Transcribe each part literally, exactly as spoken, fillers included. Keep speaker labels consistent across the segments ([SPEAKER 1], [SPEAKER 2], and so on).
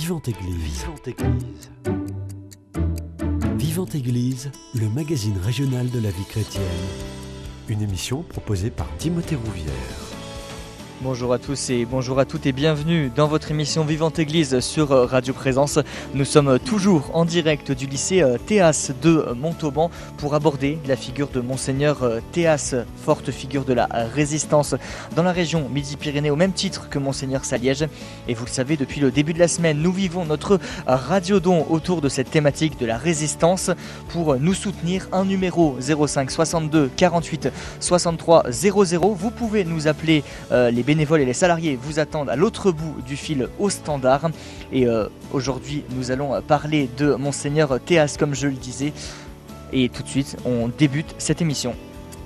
[SPEAKER 1] Vivante Église. Vivante Église. Vivante Église, le magazine régional de la vie chrétienne. Une émission proposée par Timothée Rouvière.
[SPEAKER 2] Bonjour à tous et bonjour à toutes et bienvenue dans votre émission Vivante Église sur Radio Présence. Nous sommes toujours en direct du lycée Théas de Montauban pour aborder la figure de Monseigneur Théas, forte figure de la résistance dans la région Midi-Pyrénées au même titre que Monseigneur Saliège. Et vous le savez, depuis le début de la semaine, nous vivons notre radiodon autour de cette thématique de la résistance. Pour nous soutenir, un numéro zéro cinq soixante-deux quarante-huit soixante-trois zéro zéro. Vous pouvez nous appeler, euh, les bénévoles et les salariés vous attendent à l'autre bout du fil au standard. Et euh, aujourd'hui, nous allons parler de Monseigneur Théas, comme je le disais. Et tout de suite, on débute cette émission.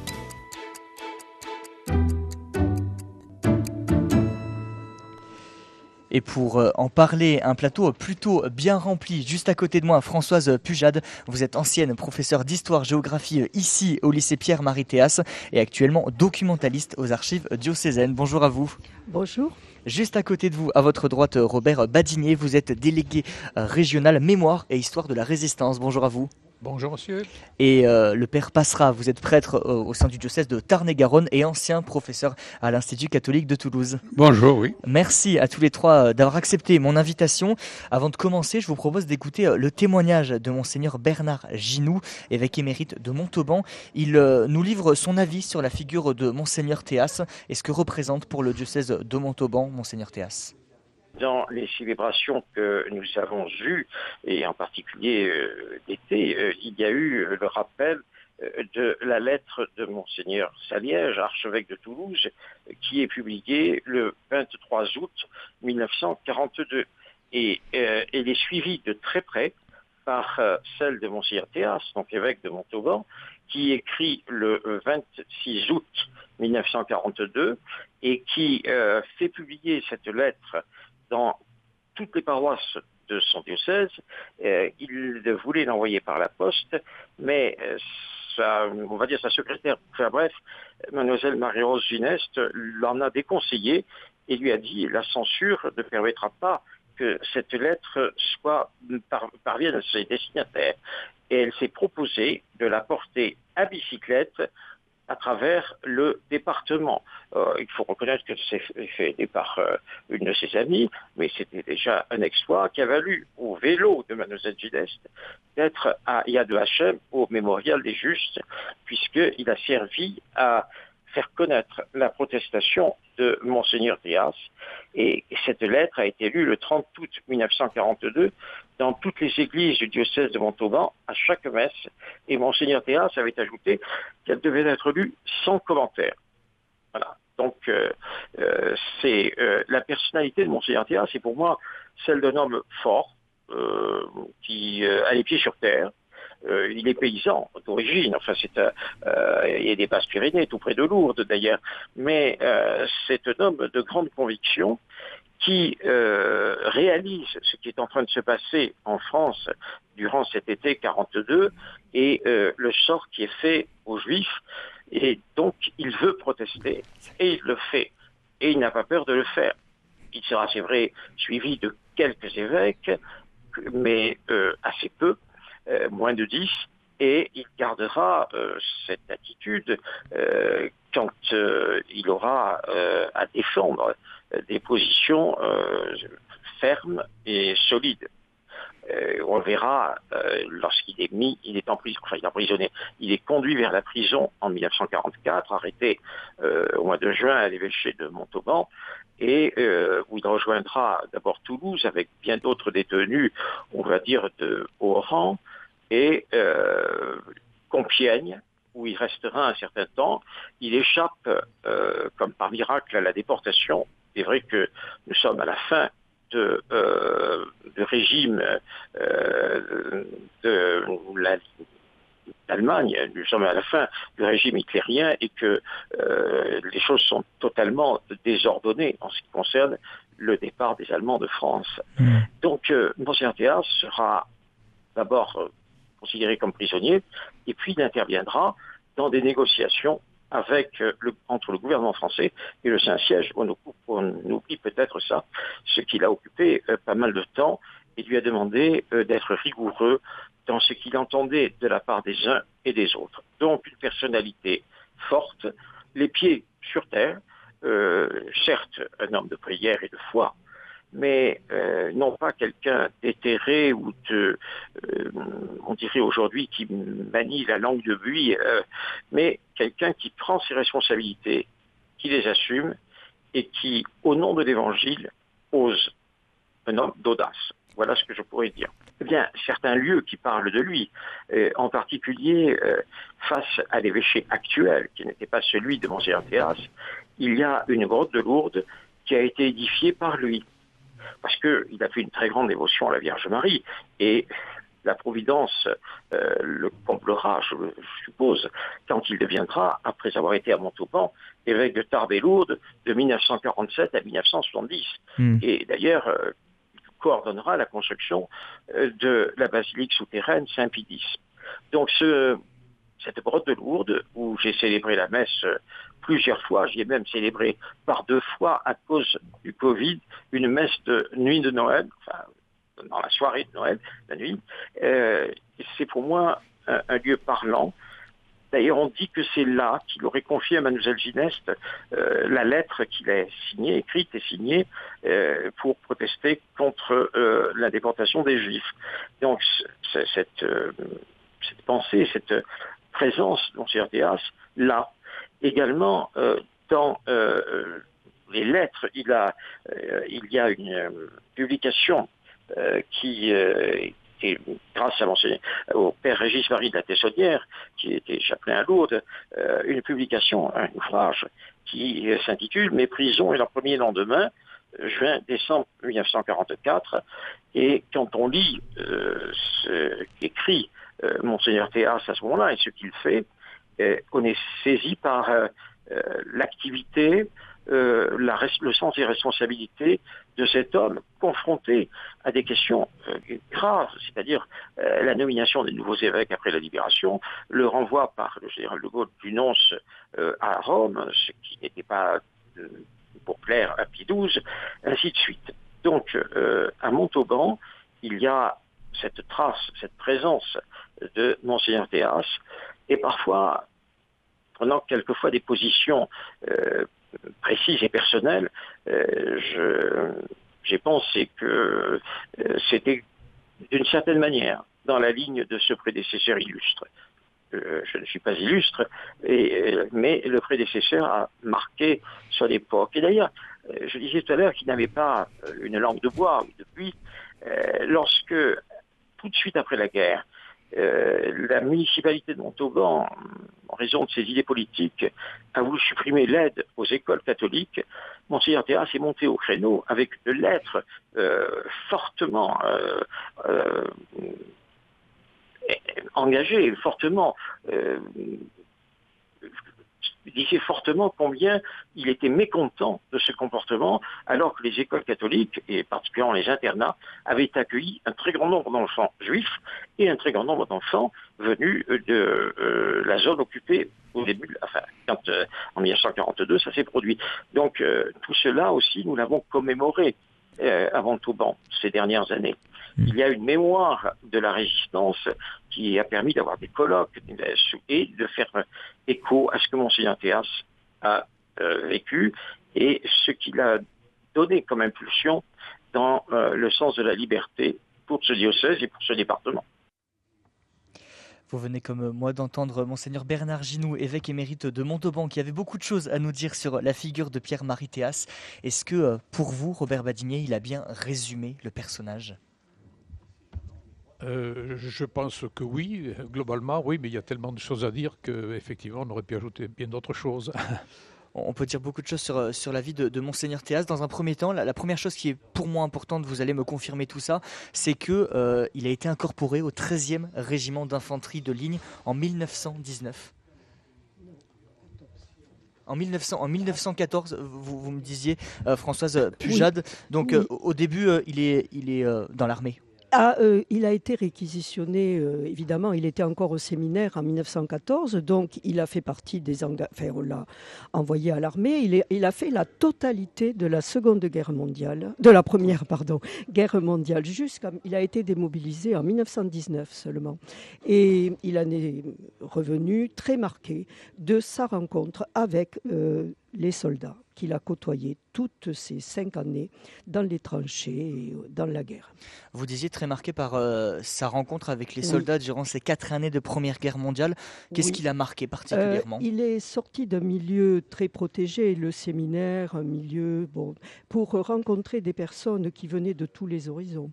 [SPEAKER 2] Et pour en parler, un plateau plutôt bien rempli. Juste à côté de moi, Françoise Pujade. Vous êtes ancienne professeure d'histoire-géographie ici au lycée Pierre-Marie Théas et actuellement documentaliste aux archives diocésaines. Bonjour à vous.
[SPEAKER 3] Bonjour.
[SPEAKER 2] Juste à côté de vous, à votre droite, Robert Badinier. Vous êtes délégué régional mémoire et histoire de la résistance. Bonjour à vous.
[SPEAKER 4] Bonjour monsieur.
[SPEAKER 2] Et euh, le père Passera, vous êtes prêtre euh, au sein du diocèse de Tarn-et-Garonne et ancien professeur à l'Institut catholique de Toulouse.
[SPEAKER 4] Bonjour, oui.
[SPEAKER 2] Merci à tous les trois euh, d'avoir accepté mon invitation. Avant de commencer, je vous propose d'écouter euh, le témoignage de Monseigneur Bernard Ginoux, évêque émérite de Montauban. Il euh, nous livre son avis sur la figure de Monseigneur Théas et ce que représente pour le diocèse de Montauban Monseigneur Théas.
[SPEAKER 5] Dans les célébrations que nous avons eues, et en particulier euh, d'été, euh, il y a eu le rappel euh, de la lettre de Monseigneur Saliège, archevêque de Toulouse, qui est publiée le vingt-trois août mille neuf cent quarante-deux. Et euh, elle est suivie de très près par euh, celle de Monseigneur Théas, donc évêque de Montauban, qui écrit le vingt-six août mille neuf cent quarante-deux et qui euh, fait publier cette lettre dans toutes les paroisses de son diocèse. Euh, il voulait l'envoyer par la poste, mais euh, sa, on va dire sa secrétaire, enfin bref, mademoiselle Marie-Rose Gineste l'en a déconseillé et lui a dit la censure ne permettra pas que cette lettre soit par, parvienne à ses destinataires. Et elle s'est proposée de la porter à bicyclette à travers le département. Euh, il faut reconnaître que c'est fait aidé par euh, une de ses amies, mais c'était déjà un exploit qui a valu au vélo de Mademoiselle Gineste d'être à Yad Vashem, au Mémorial des Justes, puisqu'il a servi à faire connaître la protestation de Monseigneur Théas. Et cette lettre a été lue le trente août mille neuf cent quarante-deux dans toutes les églises du diocèse de Montauban, à chaque messe. Et Monseigneur Théas avait ajouté qu'elle devait être lue sans commentaire. Voilà. Donc, euh, euh, c'est euh, la personnalité de Monseigneur Théas, c'est pour moi celle d'un homme fort, euh, qui euh, a les pieds sur terre. Euh, il est paysan d'origine, enfin c'est euh, euh, il est des Basses-Pyrénées, tout près de Lourdes d'ailleurs, mais euh, c'est un homme de grande conviction qui euh, réalise ce qui est en train de se passer en France durant cet été quarante-deux et euh, le sort qui est fait aux Juifs, et donc il veut protester et il le fait, et il n'a pas peur de le faire. Il sera, c'est vrai, suivi de quelques évêques, mais euh, assez peu, Euh, moins de dix, et il gardera euh, cette attitude euh, quand euh, il aura euh, à défendre des positions euh, fermes et solides. Euh, on le verra euh, lorsqu'il est mis, il est en prison, enfin il est emprisonné, il est conduit vers la prison en mille neuf cent quarante-quatre, arrêté euh, au mois de juin à l'évêché de Montauban, et euh, où il rejoindra d'abord Toulouse avec bien d'autres détenus, on va dire de haut rang, et euh, Compiègne, où il restera un certain temps. Il échappe, euh, comme par miracle, à la déportation. C'est vrai que nous sommes à la fin de, euh, de régime euh, de la, l'Allemagne, nous sommes à la fin du régime hitlérien et que euh, les choses sont totalement désordonnées en ce qui concerne le départ des Allemands de France. Mmh. Donc, euh, Monseigneur Théas sera d'abord euh, considéré comme prisonnier, et puis il interviendra dans des négociations avec, euh, le, entre le gouvernement français et le Saint-Siège. On, on oublie peut-être ça, ce qui l'a occupé euh, pas mal de temps et lui a demandé euh, d'être rigoureux dans ce qu'il entendait de la part des uns et des autres. Donc une personnalité forte, les pieds sur terre, euh, certes un homme de prière et de foi, mais euh, non pas quelqu'un d'éthéré ou de, euh, on dirait aujourd'hui, qui manie la langue de buis, euh, mais quelqu'un qui prend ses responsabilités, qui les assume et qui, au nom de l'Évangile, ose. Un homme d'audace. Voilà ce que je pourrais dire. Eh bien, certains lieux qui parlent de lui, euh, en particulier euh, face à l'évêché actuel, qui n'était pas celui de Monseigneur Théas, il y a une grotte de Lourdes qui a été édifiée par lui. Parce qu'il a fait une très grande dévotion à la Vierge Marie, et la Providence euh, le comblera, je, je suppose, quand il deviendra, après avoir été à Montauban, évêque de Tarbes et Lourdes de mille neuf cent quarante-sept à mille neuf cent soixante-dix. Mmh. Et d'ailleurs, euh, il coordonnera la construction euh, de la basilique souterraine Saint-Pie X. Donc ce, cette grotte de Lourdes, où j'ai célébré la messe plusieurs fois, j'y ai même célébré par deux fois à cause du Covid, une messe de nuit de Noël, enfin, dans la soirée de Noël, la nuit, euh, c'est pour moi un, un lieu parlant. D'ailleurs, on dit que c'est là qu'il aurait confié à Mademoiselle Gineste euh, la lettre qu'il a signée, écrite et signée, euh, pour protester contre euh, la déportation des Juifs. Donc, c'est, cette, euh, cette pensée, cette présence de Monseigneur Théas, là. Également, euh, dans euh, les lettres, il, a, euh, il y a une euh, publication euh, qui, euh, et grâce à Monseigneur, au Père Régis Marie de la Tessonnière, qui était chapelain à Lourdes, euh, une publication, un ouvrage qui s'intitule « Mes prisons et leur premier lendemain », juin-décembre mille neuf cent quarante-quatre. Et quand on lit euh, ce qu'écrit euh, Monseigneur Théas à ce moment-là et ce qu'il fait, euh, on est saisi par euh, euh, l'activité, Euh, la, le sens des responsabilités de cet homme confronté à des questions euh, graves, c'est-à-dire euh, la nomination des nouveaux évêques après la Libération, le renvoi par le général de Gaulle du nonce euh, à Rome, ce qui n'était pas euh, pour plaire à Pie douze, ainsi de suite. Donc, euh, à Montauban, il y a cette trace, cette présence de Monseigneur Théas, et parfois, prenant quelquefois des positions euh, précises et personnelles, euh, je, j'ai pensé que euh, c'était d'une certaine manière dans la ligne de ce prédécesseur illustre. Euh, je ne suis pas illustre, et, mais le prédécesseur a marqué son époque. Et d'ailleurs, euh, je disais tout à l'heure qu'il n'avait pas une langue de bois depuis, euh, lorsque, tout de suite après la guerre, Euh, la municipalité de Montauban, en raison de ses idées politiques, a voulu supprimer l'aide aux écoles catholiques. Monseigneur Théas est monté au créneau avec une lettre euh, fortement euh, euh, engagée, fortement euh, disait fortement combien il était mécontent de ce comportement, alors que les écoles catholiques, et particulièrement les internats, avaient accueilli un très grand nombre d'enfants juifs et un très grand nombre d'enfants venus de euh, la zone occupée au début, enfin, quand, euh, en mille neuf cent quarante-deux, ça s'est produit. Donc, euh, tout cela aussi, nous l'avons commémoré euh, à Montauban ces dernières années. Il y a une mémoire de la résistance qui a permis d'avoir des colloques et de faire écho à ce que Monseigneur Théas a euh, vécu et ce qu'il a donné comme impulsion dans euh, le sens de la liberté pour ce diocèse et pour ce département.
[SPEAKER 2] Vous venez comme moi d'entendre Monseigneur Bernard Ginoux, évêque émérite de Montauban, qui avait beaucoup de choses à nous dire sur la figure de Pierre-Marie Théas. Est-ce que pour vous, Robert Badinier, il a bien résumé le personnage ?
[SPEAKER 3] Euh, je pense que oui, globalement oui, mais il y a tellement de choses à dire qu'effectivement on aurait pu ajouter bien d'autres choses.
[SPEAKER 2] On peut dire beaucoup de choses sur, sur la vie de, de Monseigneur Théas. Dans un premier temps, la, la première chose qui est pour moi importante, vous allez me confirmer tout ça, c'est qu'il euh, a été incorporé au treizième régiment d'infanterie de ligne en mille neuf cent dix-neuf. En, mille neuf cents, en mille neuf cent quatorze, vous, vous me disiez, euh, Françoise Pujade, oui. donc euh, au début, euh, il est, il est euh, dans l'armée.
[SPEAKER 4] Ah, euh, il a été réquisitionné, euh, évidemment, il était encore au séminaire en mille neuf cent quatorze, donc il a fait partie des engagements, enfin, on l'a envoyé à l'armée, il, est, il a fait la totalité de la Seconde Guerre mondiale, de la Première, pardon, Guerre mondiale, jusqu'à, il a été démobilisé en mille neuf cent dix-neuf seulement. Et il en est revenu très marqué de sa rencontre avec euh, les soldats qu'il a côtoyés toutes ces cinq années dans les tranchées et dans la guerre.
[SPEAKER 2] Vous disiez très marqué par euh, sa rencontre avec les
[SPEAKER 4] Oui.
[SPEAKER 2] soldats durant ces quatre années de Première Guerre mondiale. Qu'est-ce
[SPEAKER 4] Oui.
[SPEAKER 2] qui l'a marqué particulièrement ?
[SPEAKER 4] Euh, il est sorti d'un milieu très protégé, le séminaire, un milieu, bon, pour rencontrer des personnes qui venaient de tous les horizons.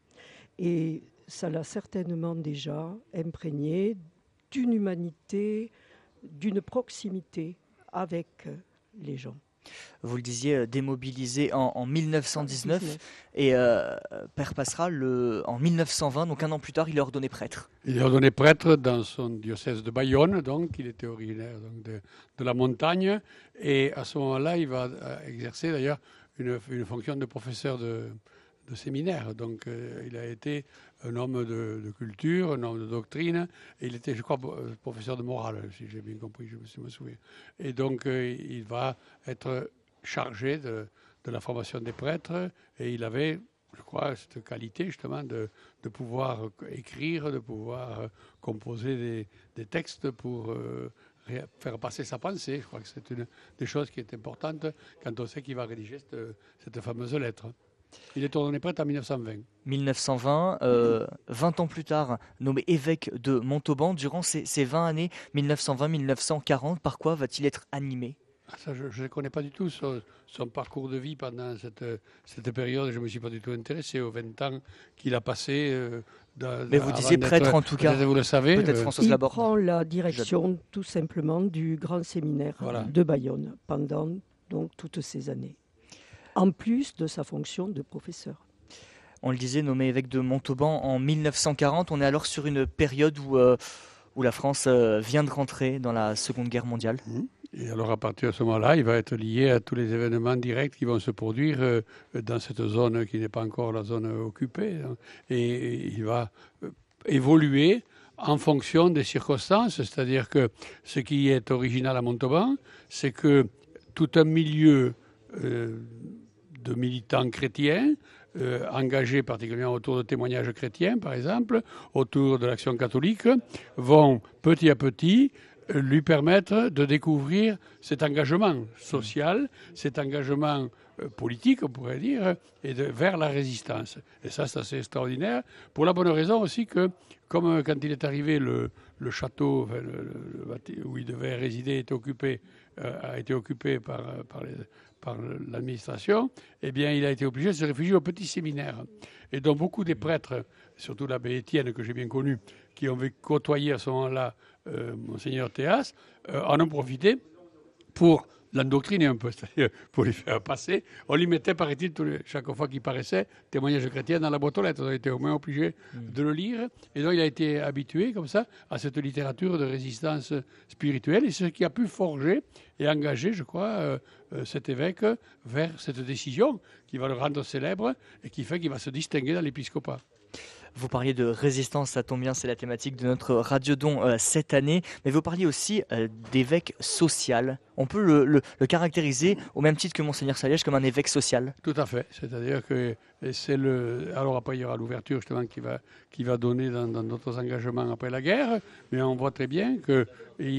[SPEAKER 4] Et ça l'a certainement déjà imprégné d'une humanité, d'une proximité avec les gens.
[SPEAKER 2] Vous le disiez, euh, démobilisé en, en mille neuf cent dix-neuf et euh, Père Passera, le, en mille neuf cent vingt, donc un an plus tard, il est ordonné prêtre.
[SPEAKER 3] Il est ordonné prêtre dans son diocèse de Bayonne, donc il était originaire donc, de, de la montagne, et à ce moment-là, il va exercer d'ailleurs une, une fonction de professeur de, de séminaire. Donc euh, il a été un homme de, de culture, un homme de doctrine, et il était, je crois, professeur de morale, si j'ai bien compris, je me, je me souviens. Et donc euh, il va être chargé de, de la formation des prêtres, et il avait, je crois, cette qualité justement de, de pouvoir écrire, de pouvoir composer des, des textes pour euh, faire passer sa pensée. Je crois que c'est une des choses qui est importante quand on sait qu'il va rédiger cette, cette fameuse lettre. Il est ordonné prêtre en mille neuf cent vingt.
[SPEAKER 2] mille neuf cent vingt, euh, vingt ans plus tard, nommé évêque de Montauban. Durant ces, ces vingt années, mille neuf cent vingt à mille neuf cent quarante, par quoi va-t-il être animé ?
[SPEAKER 3] Ah, ça, je ne connais pas du tout son, son parcours de vie pendant cette, cette période. Je ne me suis pas du tout intéressé aux vingt ans qu'il a passé. Euh, dans,
[SPEAKER 2] Mais vous disiez prêtre en tout cas.
[SPEAKER 3] Vous le savez.
[SPEAKER 2] Peut-être
[SPEAKER 3] euh,
[SPEAKER 2] Françoise
[SPEAKER 4] Il
[SPEAKER 2] Laborde.
[SPEAKER 4] prend la direction tout simplement du grand séminaire
[SPEAKER 3] Voilà.
[SPEAKER 4] de Bayonne pendant donc toutes ces années, en plus de sa fonction de professeur.
[SPEAKER 2] On le disait, nommé évêque de Montauban en mille neuf cent quarante. On est alors sur une période où, euh, où la France euh, vient de rentrer dans la Seconde Guerre mondiale.
[SPEAKER 3] Mmh. Et alors, à partir de ce moment-là, il va être lié à tous les événements directs qui vont se produire euh, dans cette zone qui n'est pas encore la zone occupée. Hein. Et, et il va euh, évoluer en fonction des circonstances. C'est-à-dire que ce qui est original à Montauban, c'est que tout un milieu euh, de militants chrétiens, euh, engagés particulièrement autour de témoignages chrétiens, par exemple, autour de l'Action catholique, vont petit à petit lui permettre de découvrir cet engagement social, cet engagement euh, politique, on pourrait dire, et de, vers la résistance. Et ça, c'est assez extraordinaire, pour la bonne raison aussi que, comme euh, quand il est arrivé, le, le château enfin, le, le, où il devait résider était occupé, euh, a été occupé par, par, les, par l'administration, eh bien, il a été obligé de se réfugier au petit séminaire. Et donc, beaucoup des prêtres, surtout l'abbé Étienne, que j'ai bien connu, qui ont côtoyé à ce moment-là euh, Monseigneur Théas, euh, en ont profité pour l'endoctriner un peu, c'est-à-dire pour lui faire passer. On lui mettait, paraît-il, tous les, chaque fois qu'il paraissait, témoignage chrétien dans la boîte aux lettres. On a été au moins obligé mmh. de le lire. Et donc, il a été habitué, comme ça, à cette littérature de résistance spirituelle. Et c'est ce qui a pu forger et engager, je crois, euh, euh, cet évêque vers cette décision qui va le rendre célèbre et qui fait qu'il va se distinguer dans l'épiscopat.
[SPEAKER 2] Vous parliez de résistance, ça tombe bien, c'est la thématique de notre Radiodon euh, cette année, mais vous parliez aussi euh, d'évêque social. On peut le, le, le caractériser au même titre que Monseigneur Saliège comme un évêque social.
[SPEAKER 3] Tout à fait, c'est-à-dire que c'est le... Alors après, il y aura l'ouverture justement qui va, qui va donner dans, dans d'autres engagements après la guerre, mais on voit très bien que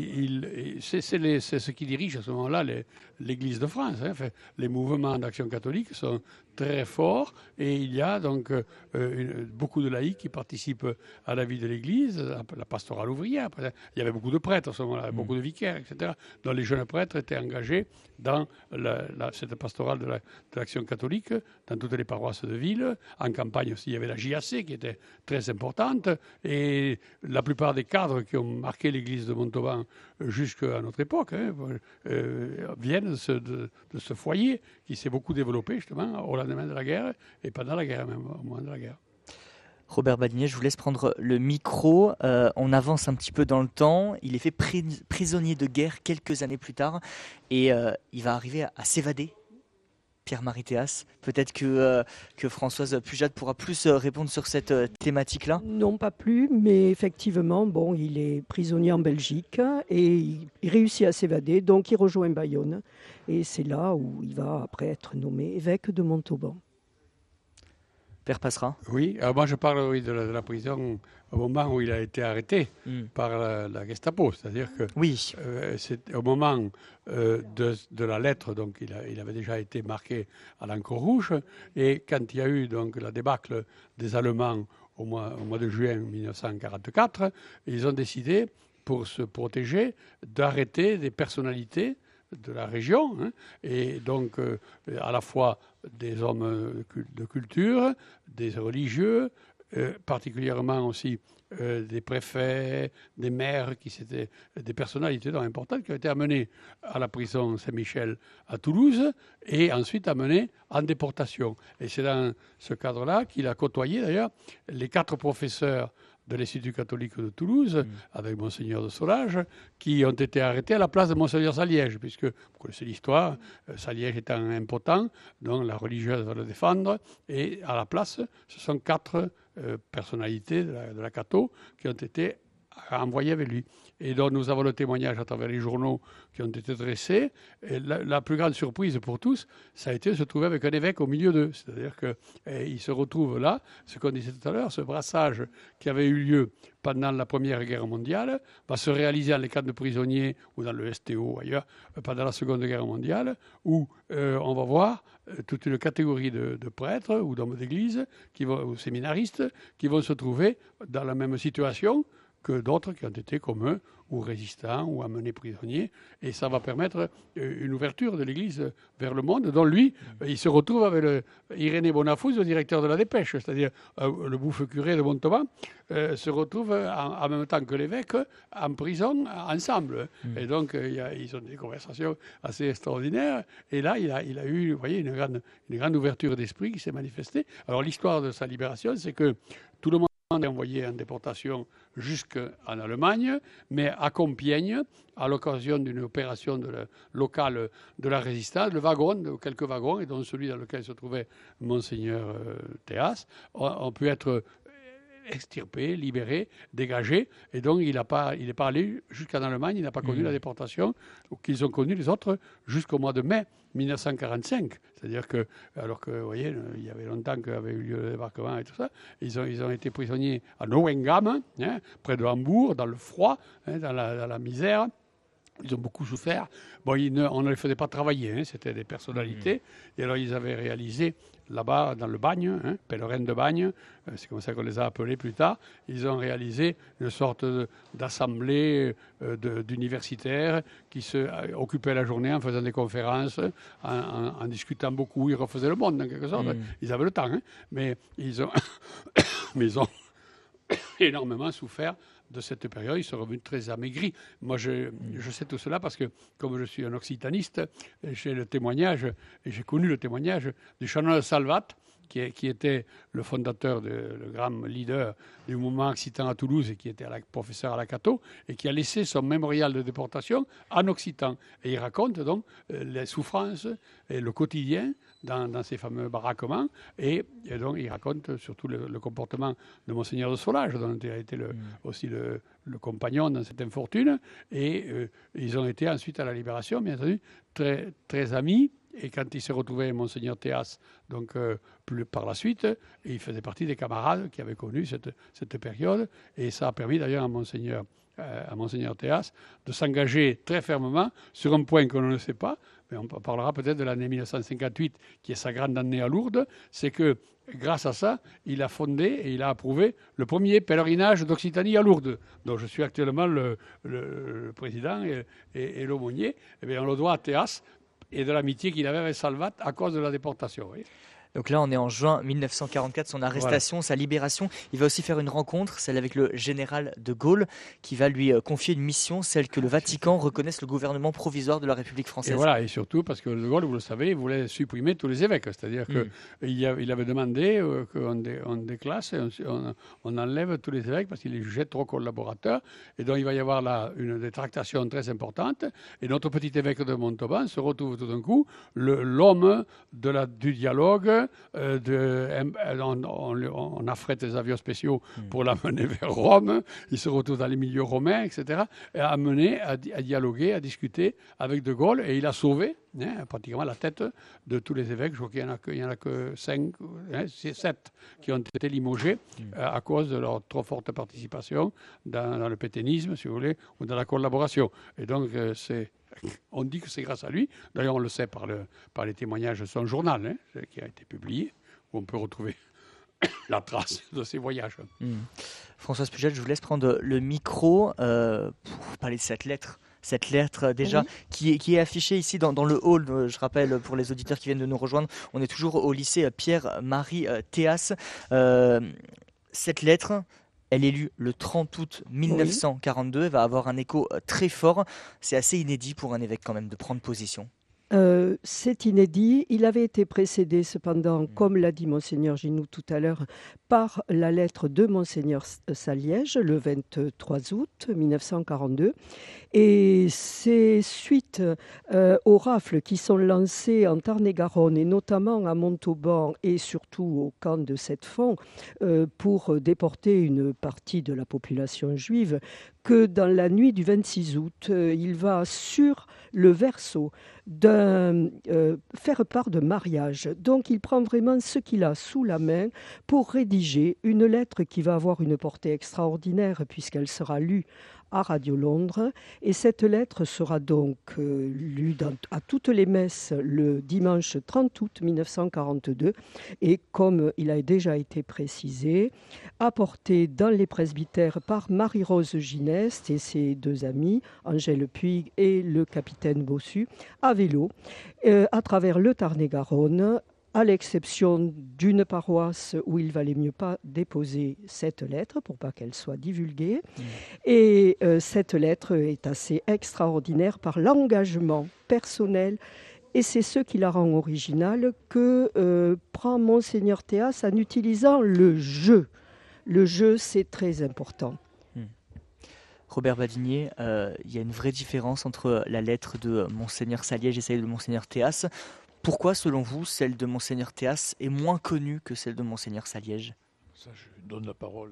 [SPEAKER 3] il, c'est, c'est, les, c'est ce qui dirige à ce moment-là les, l'Église de France. Hein. Enfin, les mouvements d'action catholique sont très forts et il y a donc euh, une, beaucoup de laïcs qui participent à la vie de l'Église, la pastorale ouvrière. Il y avait beaucoup de prêtres à ce moment-là, mmh. beaucoup de vicaires, et cetera. Donc les jeunes prêtres étaient engagés dans la, la, cette pastorale de, la, de l'action catholique, dans toutes les paroisses de ville. En campagne aussi, il y avait la J A C qui était très importante et la plupart des cadres qui ont marqué l'Église de Montauban jusqu'à notre époque hein, euh, viennent de ce, de, de ce foyer qui s'est beaucoup développé justement au lendemain de la guerre et pendant la guerre même, au moment de la guerre.
[SPEAKER 2] Robert Badinier, je vous laisse prendre le micro. Euh, on avance un petit peu dans le temps. Il est fait pris, prisonnier de guerre quelques années plus tard et euh, il va arriver à, à s'évader. Pierre-Marie Théas. Peut-être que, euh, que Françoise Pujade pourra plus euh, répondre sur cette euh, thématique-là.
[SPEAKER 4] Non, pas plus, mais effectivement, bon, il est prisonnier en Belgique et il, il réussit à s'évader, donc il rejoint Bayonne. Et c'est là où il va après être nommé évêque de Montauban.
[SPEAKER 2] Père Passera.
[SPEAKER 3] Oui, alors moi je parle oui, de, la, de la prison au moment où il a été arrêté
[SPEAKER 2] Mm.
[SPEAKER 3] par la, la Gestapo. C'est-à-dire que
[SPEAKER 2] Oui.
[SPEAKER 3] euh, c'est au moment euh, de, de la lettre, donc il, a, il avait déjà été marqué à l'encre rouge. Et quand il y a eu donc la débâcle des Allemands au mois, au mois de juin mille neuf cent quarante-quatre, ils ont décidé, pour se protéger, d'arrêter des personnalités de la région, hein, et donc euh, à la fois des hommes de culture, des religieux, euh, particulièrement aussi euh, des préfets, des maires, qui c'était des personnalités donc importantes qui ont été amenées à la prison Saint-Michel à Toulouse et ensuite amenées en déportation. Et c'est dans ce cadre-là qu'il a côtoyé d'ailleurs les quatre professeurs de l'Institut catholique de Toulouse, mmh. avec Monseigneur de Solage, qui ont été arrêtés à la place de Monseigneur Saliège, puisque, vous connaissez l'histoire, euh, Saliège étant impotent, donc la religieuse va le défendre, et à la place, ce sont quatre euh, personnalités de la, de la catho qui ont été envoyées avec lui. Et donc nous avons le témoignage à travers les journaux qui ont été dressés. Et la, la plus grande surprise pour tous, ça a été de se trouver avec un évêque au milieu d'eux. C'est-à-dire qu'il se retrouve là, ce qu'on disait tout à l'heure, ce brassage qui avait eu lieu pendant la Première Guerre mondiale va se réaliser dans les camps de prisonniers ou dans le S T O ailleurs pendant la Seconde Guerre mondiale, où euh, on va voir euh, toute une catégorie de, de prêtres ou d'hommes d'église qui vont, ou séminaristes qui vont se trouver dans la même situation que d'autres qui ont été comme eux, ou résistants, ou amenés prisonniers. Et ça va permettre une ouverture de l'Église vers le monde, dont lui, il se retrouve avec le, Irénée Bonafous, le directeur de la Dépêche, c'est-à-dire euh, le bouffe curé de Montauban, euh, se retrouve en, en même temps que l'évêque en prison ensemble. Mmh. Et donc, euh, y a, ils ont des conversations assez extraordinaires. Et là, il a, il a eu, vous voyez, une grande, une grande ouverture d'esprit qui s'est manifestée. Alors, l'histoire de sa libération, c'est que tout le monde est envoyé en déportation jusqu'en Allemagne, mais à Compiègne, à l'occasion d'une opération de la, locale de la résistance, le wagon, de quelques wagons, et dont celui dans lequel se trouvait Monseigneur euh, Théas, ont, ont pu être extirpé, libéré, dégagé, et donc il n'est pas, il pas allé jusqu'en Allemagne, il n'a pas connu mmh. la déportation qu'ils ont connu les autres jusqu'au mois de mai mille neuf cent quarante-cinq. C'est-à-dire que, alors que, vous voyez, il y avait longtemps qu'avait eu lieu le débarquement et tout ça, ils ont, ils ont été prisonniers à Neuengamme, hein, près de Hambourg, dans le froid, hein, dans, la, dans la misère. Ils ont beaucoup souffert. Bon, ne, on ne les faisait pas travailler, hein, c'était des personnalités. Mmh. Et alors, ils avaient réalisé, là-bas, dans le bagne, hein, pèlerin de bagne, euh, c'est comme ça qu'on les a appelés plus tard, ils ont réalisé une sorte de, d'assemblée euh, de, d'universitaires qui se euh, occupaient la journée en faisant des conférences, en, en, en discutant beaucoup. Ils refaisaient le monde, en quelque sorte. Mmh. Ils avaient le temps, hein, mais ils ont, mais ils ont énormément souffert de cette période. Ils sont revenus très amaigris. Moi, je, je sais tout cela parce que, comme je suis un occitaniste, j'ai le témoignage, et j'ai connu le témoignage du chanoine Salvat, qui, est, qui était le fondateur, de, le grand leader du mouvement occitan à Toulouse et qui était à la, professeur à la Cato, et qui a laissé son mémorial de déportation en occitan. Et il raconte donc les souffrances et le quotidien dans, dans ces fameux baraquements. Et, et donc, il raconte surtout le, le comportement de Monseigneur de Solage, dont il a été le, mmh. aussi le, le compagnon dans cette infortune. Et euh, ils ont été ensuite à la Libération, bien entendu, très, très amis. Et quand il s'est retrouvé Monseigneur Théas, donc euh, plus par la suite, il faisait partie des camarades qui avaient connu cette, cette période. Et ça a permis d'ailleurs à Monseigneur, euh, à Monseigneur Théas de s'engager très fermement sur un point qu'on ne sait pas, mais on parlera peut-être de l'année mille neuf cent cinquante-huit, qui est sa grande année à Lourdes. C'est que grâce à ça, il a fondé et il a approuvé le premier pèlerinage d'Occitanie à Lourdes, dont je suis actuellement le, le, le président et, et, et l'aumônier. Eh bien, on le doit à Théas et de l'amitié qu'il avait avec Salvat à cause de la déportation. Oui.
[SPEAKER 2] Donc là, on est en juin mille neuf cent quarante-quatre, son arrestation, voilà. Sa libération. Il va aussi faire une rencontre, celle avec le général de Gaulle, qui va lui confier une mission, celle que le Vatican reconnaisse le gouvernement provisoire de la République française.
[SPEAKER 3] Et voilà, et surtout parce que de Gaulle, vous le savez, il voulait supprimer tous les évêques. C'est-à-dire qu'il mmh. il avait demandé euh, qu'on dé, on déclasse, on, on, on enlève tous les évêques parce qu'il les jugeait trop collaborateurs. Et donc, il va y avoir là une détractation très importante. Et notre petit évêque de Montauban se retrouve tout d'un coup le, l'homme de la, du dialogue. Euh, de, on, on, on affrète des avions spéciaux mmh. pour l'amener vers Rome. Il se retrouve dans les milieux romains, et cetera. Et amené à, à dialoguer, à discuter avec de Gaulle. Et il a sauvé hein, pratiquement la tête de tous les évêques. Je crois qu'il n'y en a que, il y en a que cinq, hein, sept qui ont été limogés mmh. euh, à cause de leur trop forte participation dans, dans le pétainisme, si vous voulez, ou dans la collaboration. Et donc, euh, c'est... on dit que c'est grâce à lui. D'ailleurs, on le sait par, le, par les témoignages de son journal, hein, qui a été publié, où on peut retrouver la trace de ses voyages.
[SPEAKER 2] Mmh. Françoise Pujol, je vous laisse prendre le micro euh, pour parler de cette lettre. Cette lettre déjà oui. qui, est, qui est affichée ici dans, dans le hall, je rappelle pour les auditeurs qui viennent de nous rejoindre, on est toujours au lycée Pierre-Marie Théas. Euh, cette lettre, elle est lue le trente août mille neuf cent quarante-deux, elle va avoir un écho très fort. C'est assez inédit pour un évêque quand même de prendre position.
[SPEAKER 4] Euh, c'est inédit. Il avait été précédé cependant, comme l'a dit Monseigneur Ginoux tout à l'heure, par la lettre de Monseigneur Saliège le vingt-trois août mille neuf cent quarante-deux. Et c'est suite euh, aux rafles qui sont lancées en Tarn-et-Garonne et notamment à Montauban et surtout au camp de Sept-Fonds euh, pour déporter une partie de la population juive que dans la nuit du vingt-six août, euh, il va sur le verso d'un, euh, faire part de mariage. Donc il prend vraiment ce qu'il a sous la main pour rédiger une lettre qui va avoir une portée extraordinaire puisqu'elle sera lue à Radio Londres. Et cette lettre sera donc euh, lue dans, à toutes les messes le dimanche trente août mille neuf cent quarante-deux. Et comme il a déjà été précisé, apportée dans les presbytères par Marie-Rose Gineste et ses deux amis, Angèle Puig et le capitaine Bossu, à vélo, euh, à travers le Tarn-et-Garonne, à l'exception d'une paroisse où il valait mieux pas déposer cette lettre pour pas qu'elle soit divulguée. Mmh. Et euh, cette lettre est assez extraordinaire par l'engagement personnel, et c'est ce qui la rend originale, que euh, prend Monseigneur Théas en utilisant le jeu. Le jeu, c'est très important.
[SPEAKER 2] Mmh. Robert Badinier, il euh, y a une vraie différence entre la lettre de Monseigneur Saliège et celle de Monseigneur Théas. Pourquoi, selon vous, celle de Monseigneur Théas est moins connue que celle de Monseigneur Saliège ?
[SPEAKER 3] Ça, je donne la parole.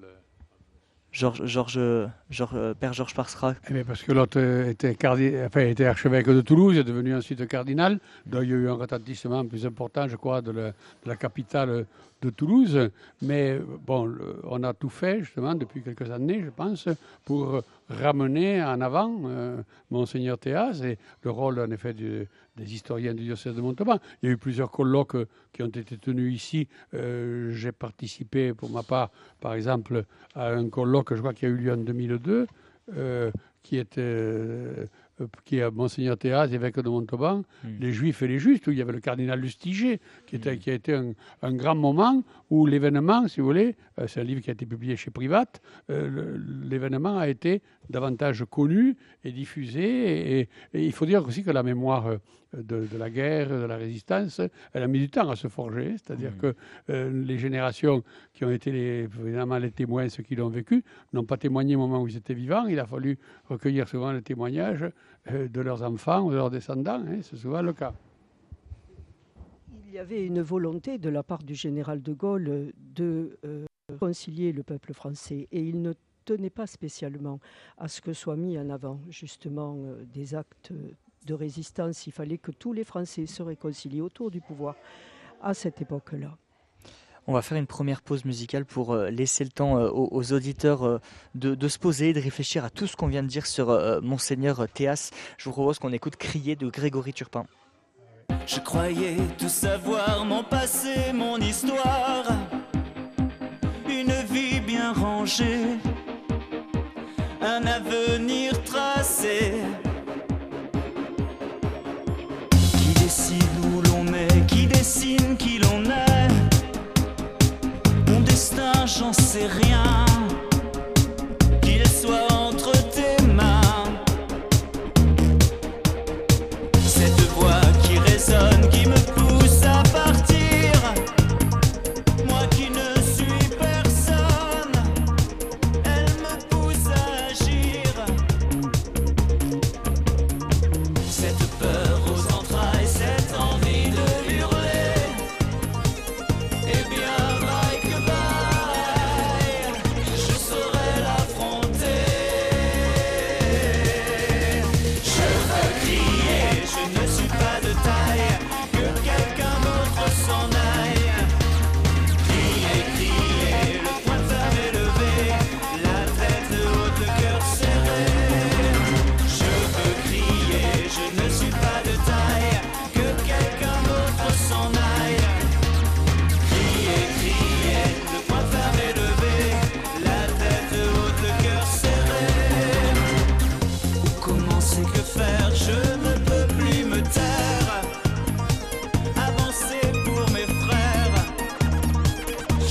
[SPEAKER 2] Georges, Georges, Georges, Père Georges Parsera.
[SPEAKER 3] Eh bien parce que l'autre était, cardi... enfin, était archevêque de Toulouse, est devenu ensuite cardinal. Donc il y a eu un retentissement plus important, je crois, de la, de la capitale de Toulouse. Mais bon, le, on a tout fait, justement, depuis quelques années, je pense, pour ramener en avant euh, Monseigneur Théas et le rôle, en effet, du, des historiens du diocèse de Montauban. Il y a eu plusieurs colloques qui ont été tenus ici. Euh, j'ai participé, pour ma part, par exemple, à un colloque, je crois, qui a eu lieu en deux mille deux, euh, qui était... Euh, qui est Monseigneur Théas, évêque de Montauban, mmh. les Juifs et les Justes, où il y avait le cardinal Lustiger, qui, était, mmh. qui a été un, un grand moment où l'événement, si vous voulez, euh, c'est un livre qui a été publié chez Privat, euh, l'événement a été davantage connu et diffusé. Et, et, et il faut dire aussi que la mémoire de, de la guerre, de la résistance, elle a mis du temps à se forger. C'est-à-dire mmh. que euh, les générations qui ont été les, évidemment les témoins, ceux qui l'ont vécu, n'ont pas témoigné au moment où ils étaient vivants. Il a fallu recueillir souvent les témoignages de leurs enfants ou de leurs descendants, hein, c'est souvent le cas.
[SPEAKER 4] Il y avait une volonté de la part du général de Gaulle de euh, réconcilier le peuple français, et il ne tenait pas spécialement à ce que soient mis en avant justement euh, des actes de résistance. Il fallait que tous les Français se réconcilient autour du pouvoir à cette époque-là.
[SPEAKER 2] On va faire une première pause musicale pour euh, laisser le temps euh, aux, aux auditeurs euh, de, de se poser, de réfléchir à tout ce qu'on vient de dire sur euh, Monseigneur Théas. Je vous propose qu'on écoute Crier de Grégory Turpin.
[SPEAKER 6] Je croyais tout savoir, mon passé, mon histoire, une vie bien rangée, un avenir tracé, qui décide où l'on est, qui dessine qui l'on est.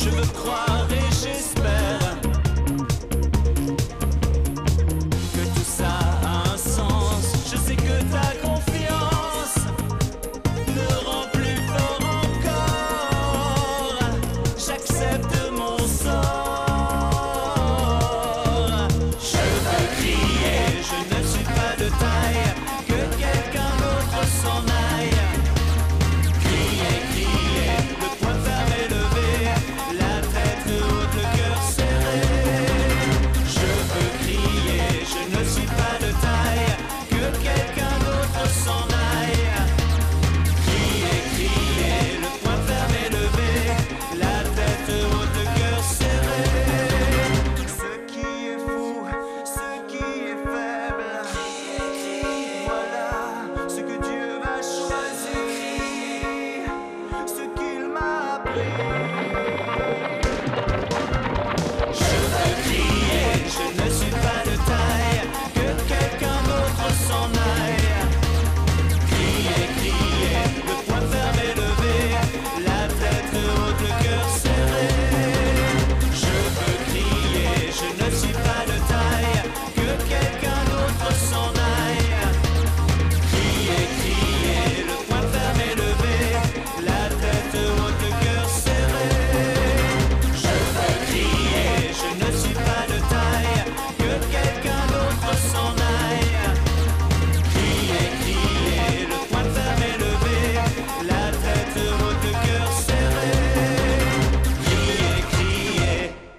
[SPEAKER 6] Je veux croire et j'espère que tout ça a un sens. Je sais que ta confiance me rend plus fort encore. J'accepte mon sort. Je veux crier, je ne suis pas de taille, que quelqu'un d'autre s'en aille. Crier, crier, le poing fermé levé, la tête haute, le cœur serré. Je veux crier, je ne suis pas de taille, que quelqu'un d'autre s'en aille. Crier, crier, le poing fermé levé, la tête haute, le cœur serré. Ce qui est fou, ce qui est faible, voilà ce que Dieu m'a choisi, ce qu'il m'a appris. Je veux crier, je ne suis pas de taille, que quelqu'un d'autre s'en aille. Crier, crier, le poing fermé levé, la tête haute, le cœur serré. Je veux crier, je ne suis pas de taille, que quelqu'un d'autre s'en aille. Crier, crier, le poing fermé levé, la tête haute, le cœur serré. Je veux crier, je ne suis pas de taille, que quelqu'un d'autre s'en aille. Crier, crier, le poing fermé levé, la tête haute, le cœur serré. Crier, crier.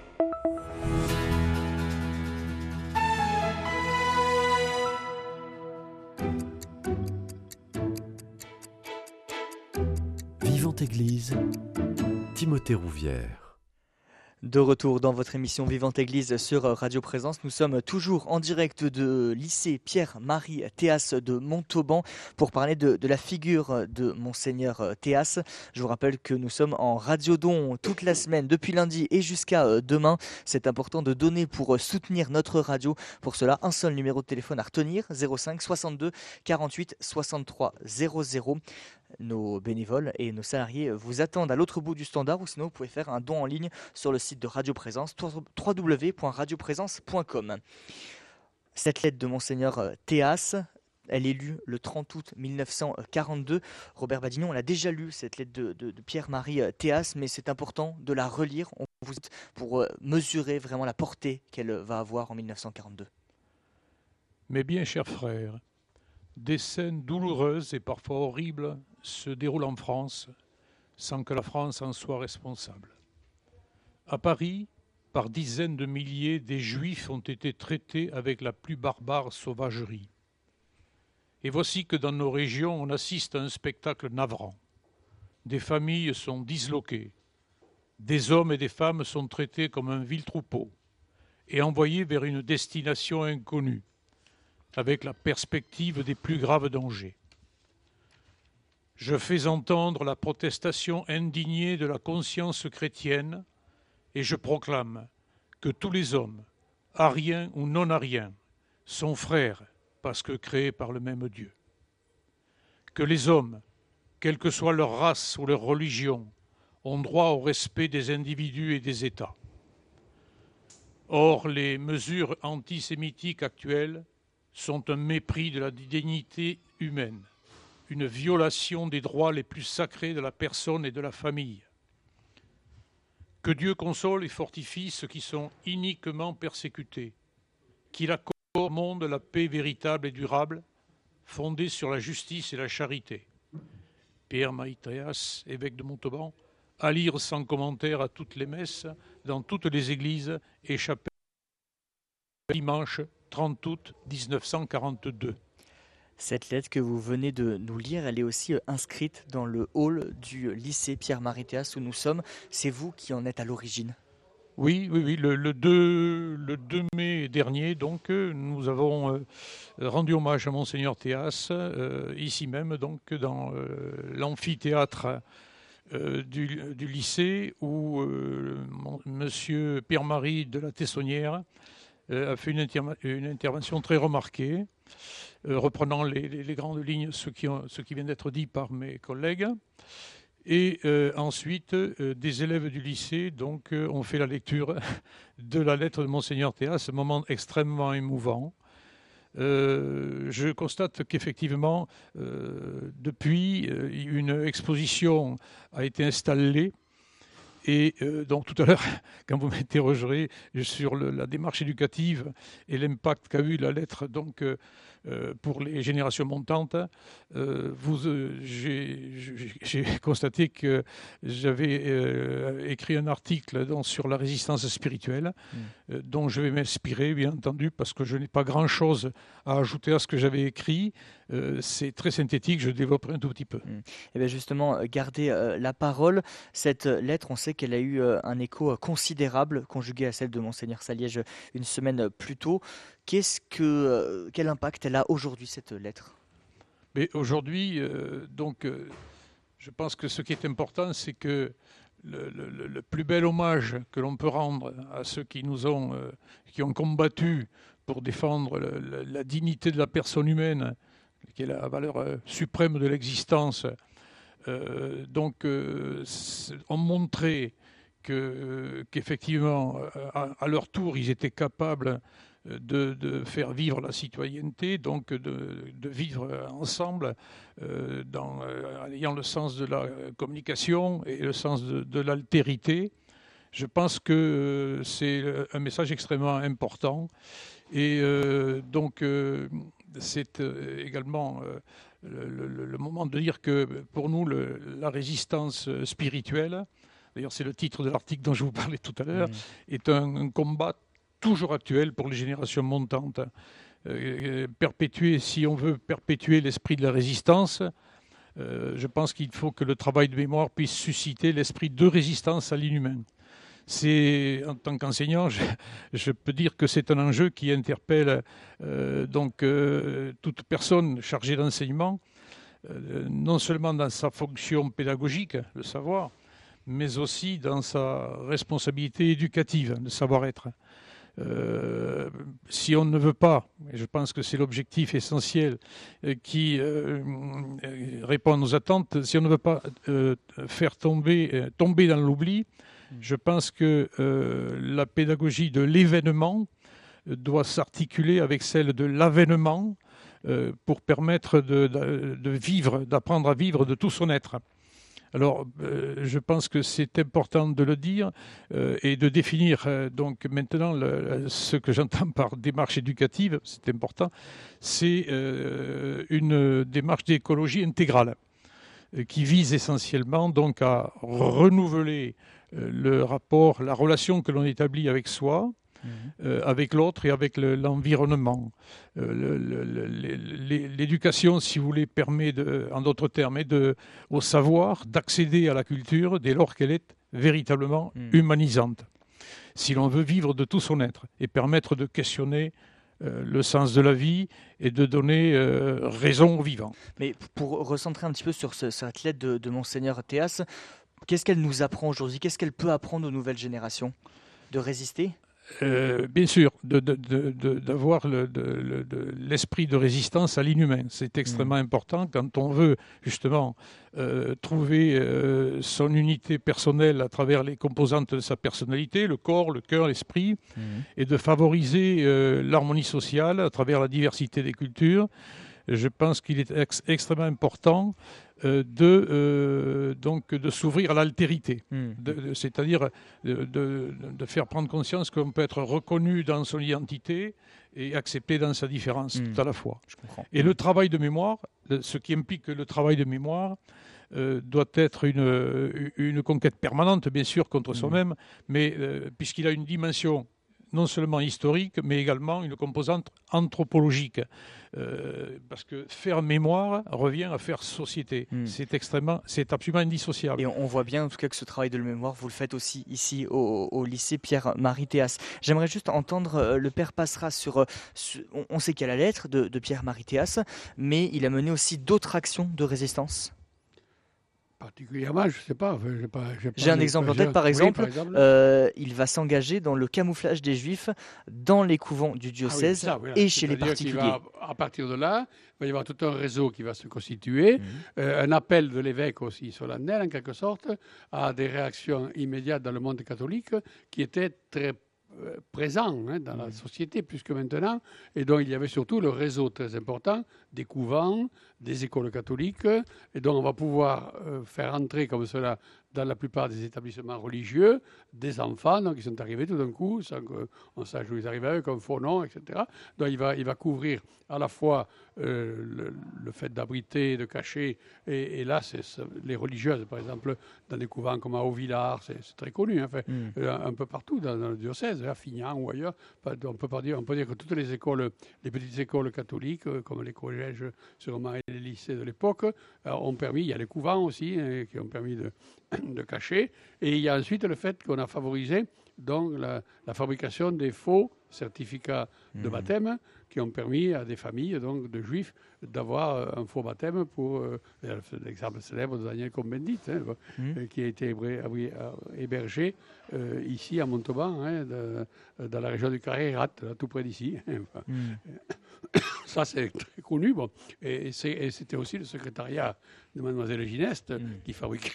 [SPEAKER 1] Vivante Église, Timothée Rouvière.
[SPEAKER 2] De retour dans votre émission Vivante Église sur Radio Présence, nous sommes toujours en direct de lycée Pierre-Marie Théas de Montauban pour parler de, de la figure de Monseigneur Théas. Je vous rappelle que nous sommes en radiodon toute la semaine, depuis lundi et jusqu'à demain. C'est important de donner pour soutenir notre radio. Pour cela, un seul numéro de téléphone à retenir, zéro cinq soixante-deux quarante-huit soixante-trois zéro zéro. Nos bénévoles et nos salariés vous attendent à l'autre bout du standard, ou sinon vous pouvez faire un don en ligne sur le site de Radio Présence, w w w point radio présence point com. Cette lettre de Monseigneur Théas, elle est lue le trente août mille neuf cent quarante-deux. Robert Badinot, on l'a déjà lu, cette lettre de, de, de Pierre-Marie Théas, mais c'est important de la relire on vous, pour mesurer vraiment la portée qu'elle va avoir en mille neuf cent quarante-deux.
[SPEAKER 7] Mes bien chers frères, des scènes douloureuses et parfois horribles se déroulent en France sans que la France en soit responsable. À Paris, par dizaines de milliers, des Juifs ont été traités avec la plus barbare sauvagerie. Et voici que dans nos régions, on assiste à un spectacle navrant. Des familles sont disloquées, des hommes et des femmes sont traités comme un vil troupeau et envoyés vers une destination inconnue, avec la perspective des plus graves dangers. Je fais entendre la protestation indignée de la conscience chrétienne et je proclame que tous les hommes, ariens ou non-ariens, sont frères parce que créés par le même Dieu. Que les hommes, quelle que soit leur race ou leur religion, ont droit au respect des individus et des États. Or, les mesures antisémitiques actuelles sont un mépris de la dignité humaine, une violation des droits les plus sacrés de la personne et de la famille. Que Dieu console et fortifie ceux qui sont iniquement persécutés, qu'il accorde au monde la paix véritable et durable, fondée sur la justice et la charité. Pierre-Marie Théas, évêque de Montauban, à lire sans commentaire à toutes les messes, dans toutes les églises et chapelles, dimanche trente août mille neuf cent quarante-deux.
[SPEAKER 2] Cette lettre que vous venez de nous lire, elle est aussi inscrite dans le hall du lycée Pierre-Marie Théas où nous sommes. C'est vous qui en êtes à l'origine.
[SPEAKER 7] Oui, oui, oui. Le, le, deux, le deux mai dernier, donc, nous avons euh, rendu hommage à Monseigneur Théas, euh, ici même, donc, dans euh, l'amphithéâtre euh, du, du lycée, où euh, Monsieur Pierre-Marie de la Tessonnière euh, a fait une, interma- une intervention très remarquée, euh, reprenant les, les, les grandes lignes, ce qui, ont, ce qui vient d'être dit par mes collègues. Et euh, ensuite, euh, des élèves du lycée donc, euh, ont fait la lecture de la lettre de Monseigneur Théas, ce moment extrêmement émouvant. Euh, je constate qu'effectivement, euh, depuis, euh, une exposition a été installée. Et euh, donc tout à l'heure, quand vous m'interrogerez sur le, la démarche éducative et l'impact qu'a eu la lettre donc, euh, euh, pour les générations montantes, euh, vous, euh, j'ai, j'ai constaté que j'avais euh, écrit un article donc, sur la résistance spirituelle, mmh. euh, dont je vais m'inspirer, bien entendu, parce que je n'ai pas grand-chose à ajouter à ce que j'avais écrit. Euh, c'est très synthétique, je développerai un tout petit peu.
[SPEAKER 2] Mmh. Et bien justement, gardez euh, la parole. Cette lettre, on sait qu'elle a eu euh, un écho euh, considérable, conjugué à celle de Monseigneur Saliège une semaine plus tôt. Qu'est-ce que, euh, quel impact elle a aujourd'hui, cette lettre ?
[SPEAKER 7] Mais aujourd'hui, euh, donc, euh, je pense que ce qui est important, c'est que le, le, le plus bel hommage que l'on peut rendre à ceux qui nous ont, euh, qui ont combattu pour défendre le, le, la dignité de la personne humaine, qui est la valeur euh, suprême de l'existence, euh, donc, euh, ont montré que, qu'effectivement, à, à leur tour, ils étaient capables De, de faire vivre la citoyenneté, donc de, de vivre ensemble euh, dans, euh, en ayant le sens de la communication et le sens de, de l'altérité. Je pense que c'est un message extrêmement important. Et euh, donc, euh, c'est également euh, le, le, le moment de dire que pour nous, le, la résistance spirituelle, d'ailleurs c'est le titre de l'article dont je vous parlais tout à l'heure, mmh. est un, un combat toujours actuel pour les générations montantes. Euh, perpétuer, si on veut perpétuer l'esprit de la résistance, euh, je pense qu'il faut que le travail de mémoire puisse susciter l'esprit de résistance à l'inhumain. C'est, en tant qu'enseignant, je, je peux dire que c'est un enjeu qui interpelle euh, donc, euh, toute personne chargée d'enseignement, euh, non seulement dans sa fonction pédagogique, le savoir, mais aussi dans sa responsabilité éducative, le savoir-être. Euh, si on ne veut pas, et je pense que c'est l'objectif essentiel euh, qui euh, répond à nos attentes, si on ne veut pas euh, faire tomber, euh, tomber dans l'oubli, je pense que euh, la pédagogie de l'événement doit s'articuler avec celle de l'avènement euh, pour permettre de, de, de vivre, d'apprendre à vivre de tout son être. Alors, euh, je pense que c'est important de le dire euh, et de définir euh, donc maintenant le, ce que j'entends par démarche éducative, c'est important, c'est euh, une démarche d'écologie intégrale euh, qui vise essentiellement donc à renouveler euh, le rapport, la relation que l'on établit avec soi, Euh, avec l'autre et avec le, l'environnement. Euh, le, le, le, l'éducation, si vous voulez, permet, de, en d'autres termes, de, au savoir d'accéder à la culture dès lors qu'elle est véritablement mmh. humanisante. Si l'on veut vivre de tout son être et permettre de questionner euh, le sens de la vie et de donner euh, raison aux vivants.
[SPEAKER 2] Mais pour recentrer un petit peu sur ce, cette lettre de, de Monseigneur Théas, qu'est-ce qu'elle nous apprend aujourd'hui ? Qu'est-ce qu'elle peut apprendre aux nouvelles générations ? De résister ?
[SPEAKER 7] Euh, bien sûr, de, de, de, de, d'avoir le, de, le, de, l'esprit de résistance à l'inhumain. C'est extrêmement mmh. important quand on veut justement euh, trouver euh, son unité personnelle à travers les composantes de sa personnalité, le corps, le cœur, l'esprit, mmh. et de favoriser euh, l'harmonie sociale à travers la diversité des cultures. Je pense qu'il est ex- extrêmement important euh, de, euh, donc, de s'ouvrir à l'altérité, mmh. de, de, c'est-à-dire de, de, de faire prendre conscience qu'on peut être reconnu dans son identité et accepté dans sa différence mmh. tout à la fois.
[SPEAKER 2] Je comprends.
[SPEAKER 7] Et le travail de mémoire, ce qui implique que le travail de mémoire euh, doit être une, une conquête permanente, bien sûr, contre mmh. soi-même, mais euh, puisqu'il a une dimension non seulement historique, mais également une composante anthropologique. Euh, parce que faire mémoire revient à faire société. Mmh. C'est extrêmement, c'est absolument indissociable.
[SPEAKER 2] Et on voit bien en tout cas que ce travail de mémoire, vous le faites aussi ici au, au lycée Pierre-Marie Théas. J'aimerais juste entendre euh, le père Passeras sur... Euh, sur on, on sait qu'il y a la lettre de, de Pierre-Marie Théas, mais il a mené aussi d'autres actions de résistance.
[SPEAKER 3] Particulièrement, je ne sais pas. Enfin, j'ai pas, j'ai pas
[SPEAKER 2] J'ai un
[SPEAKER 3] de-
[SPEAKER 2] exemple en
[SPEAKER 3] j'ai-
[SPEAKER 2] tête, par
[SPEAKER 3] oui,
[SPEAKER 2] exemple,
[SPEAKER 3] par exemple.
[SPEAKER 2] euh, il va s'engager dans le camouflage des Juifs dans les couvents du
[SPEAKER 3] Ah oui,
[SPEAKER 2] diocèse
[SPEAKER 3] ça, voilà.
[SPEAKER 2] et chez les
[SPEAKER 3] C'est-à-dire qu'il
[SPEAKER 2] particuliers.
[SPEAKER 3] va, à partir de là, il va y avoir tout un réseau qui va se constituer,
[SPEAKER 2] Mhm.
[SPEAKER 3] euh, un appel de l'évêque aussi solennel, en quelque sorte, à des réactions immédiates dans le monde catholique qui étaient très euh, présents hein, dans la société plus que maintenant, et dont il y avait surtout le réseau très important des couvents, des écoles catholiques, et dont on va pouvoir euh, faire entrer comme cela dans la plupart des établissements religieux des enfants donc, qui sont arrivés tout d'un coup, sans qu'on sache où ils arrivaient avec un faux nom, et cetera. Donc il va, il va couvrir à la fois euh, le, le fait d'abriter, de cacher, et, et là, c'est, c'est les religieuses, par exemple, dans des couvents comme à Haut-Villars, c'est, c'est très connu, hein, fait,
[SPEAKER 2] Mm.
[SPEAKER 3] euh, un peu partout dans, dans le diocèse, à Fignan ou ailleurs. Pas- On peut, pas dire, on peut dire que toutes les écoles, les petites écoles catholiques, euh, comme les collèges sûrement et les lycées de l'époque, euh, ont permis, il y a les couvents aussi, hein, qui ont permis de, de cacher. Et il y a ensuite le fait qu'on a favorisé donc, la, la fabrication des faux certificats de
[SPEAKER 2] Mhm.
[SPEAKER 3] baptême qui ont permis à des familles donc, de juifs d'avoir euh, un faux baptême pour euh, l'exemple célèbre de Daniel Cohn-Bendit, hein,
[SPEAKER 2] Mhm.
[SPEAKER 3] euh, qui a été hébré- abri- euh, hébergé euh, ici à Montauban, hein, de- dans la région du Carré-Rat, là, tout près d'ici. Enfin,
[SPEAKER 2] Mm.
[SPEAKER 3] ça, c'est très connu. Bon. Et, c'est- et c'était aussi le secrétariat de Mademoiselle Gineste
[SPEAKER 2] Mm.
[SPEAKER 3] qui fabriquait.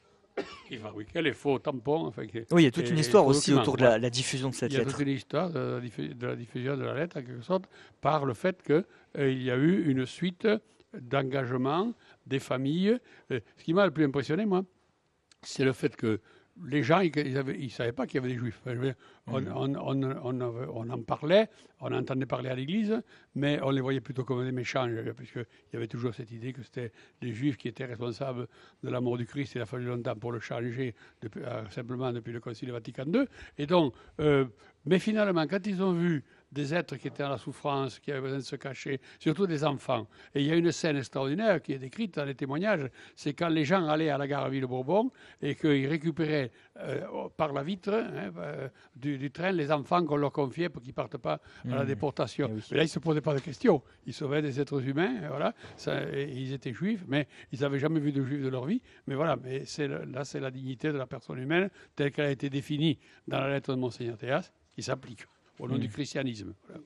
[SPEAKER 3] qui fabriquait les faux tampons. Enfin, qui-
[SPEAKER 2] Oui, il y a toute
[SPEAKER 3] et-
[SPEAKER 2] une
[SPEAKER 3] et
[SPEAKER 2] histoire
[SPEAKER 3] faux
[SPEAKER 2] aussi
[SPEAKER 3] documents,
[SPEAKER 2] autour de
[SPEAKER 3] voilà.
[SPEAKER 2] la, la diffusion de cette
[SPEAKER 3] Il y a
[SPEAKER 2] lettre.
[SPEAKER 3] toute une histoire de la, diffu- de la diffusion de la lettre, en quelque sorte, par le fait qu'il y a eu une suite d'engagements des familles. Euh, Ce qui m'a le plus impressionné, moi, c'est le fait que les gens, ils ne savaient pas qu'il y avait des juifs. Enfin, je veux dire, on,
[SPEAKER 2] Mhm.
[SPEAKER 3] on- on- on avait- on en parlait, on entendait parler à l'église, mais on les voyait plutôt comme des méchants, puisqu'il y avait toujours cette idée que c'était les juifs qui étaient responsables de la mort du Christ. Il a fallu longtemps pour le changer, depuis, euh, simplement depuis le Concile Vatican deux. Et donc, euh, mais finalement, quand ils ont vu des êtres qui étaient dans la souffrance, qui avaient besoin de se cacher, surtout des enfants. Et il y a une scène extraordinaire qui est décrite dans les témoignages, c'est quand les gens allaient à la gare Ville-Bourbon et qu'ils récupéraient euh, par la vitre hein, euh, du, du train les enfants qu'on leur confiait pour qu'ils ne partent pas à la
[SPEAKER 2] Mmh.
[SPEAKER 3] déportation.
[SPEAKER 2] Eh oui.
[SPEAKER 3] Mais là, ils ne se posaient pas de questions. Ils sauvaient des êtres humains, et voilà. Ça, et ils étaient juifs, mais ils n'avaient jamais vu de juifs de leur vie. Mais voilà, mais c'est le- là, c'est la dignité de la personne humaine telle qu'elle a été définie dans la lettre de Monseigneur Théas qui s'applique au nom
[SPEAKER 2] Mmh.
[SPEAKER 3] du christianisme. Voilà.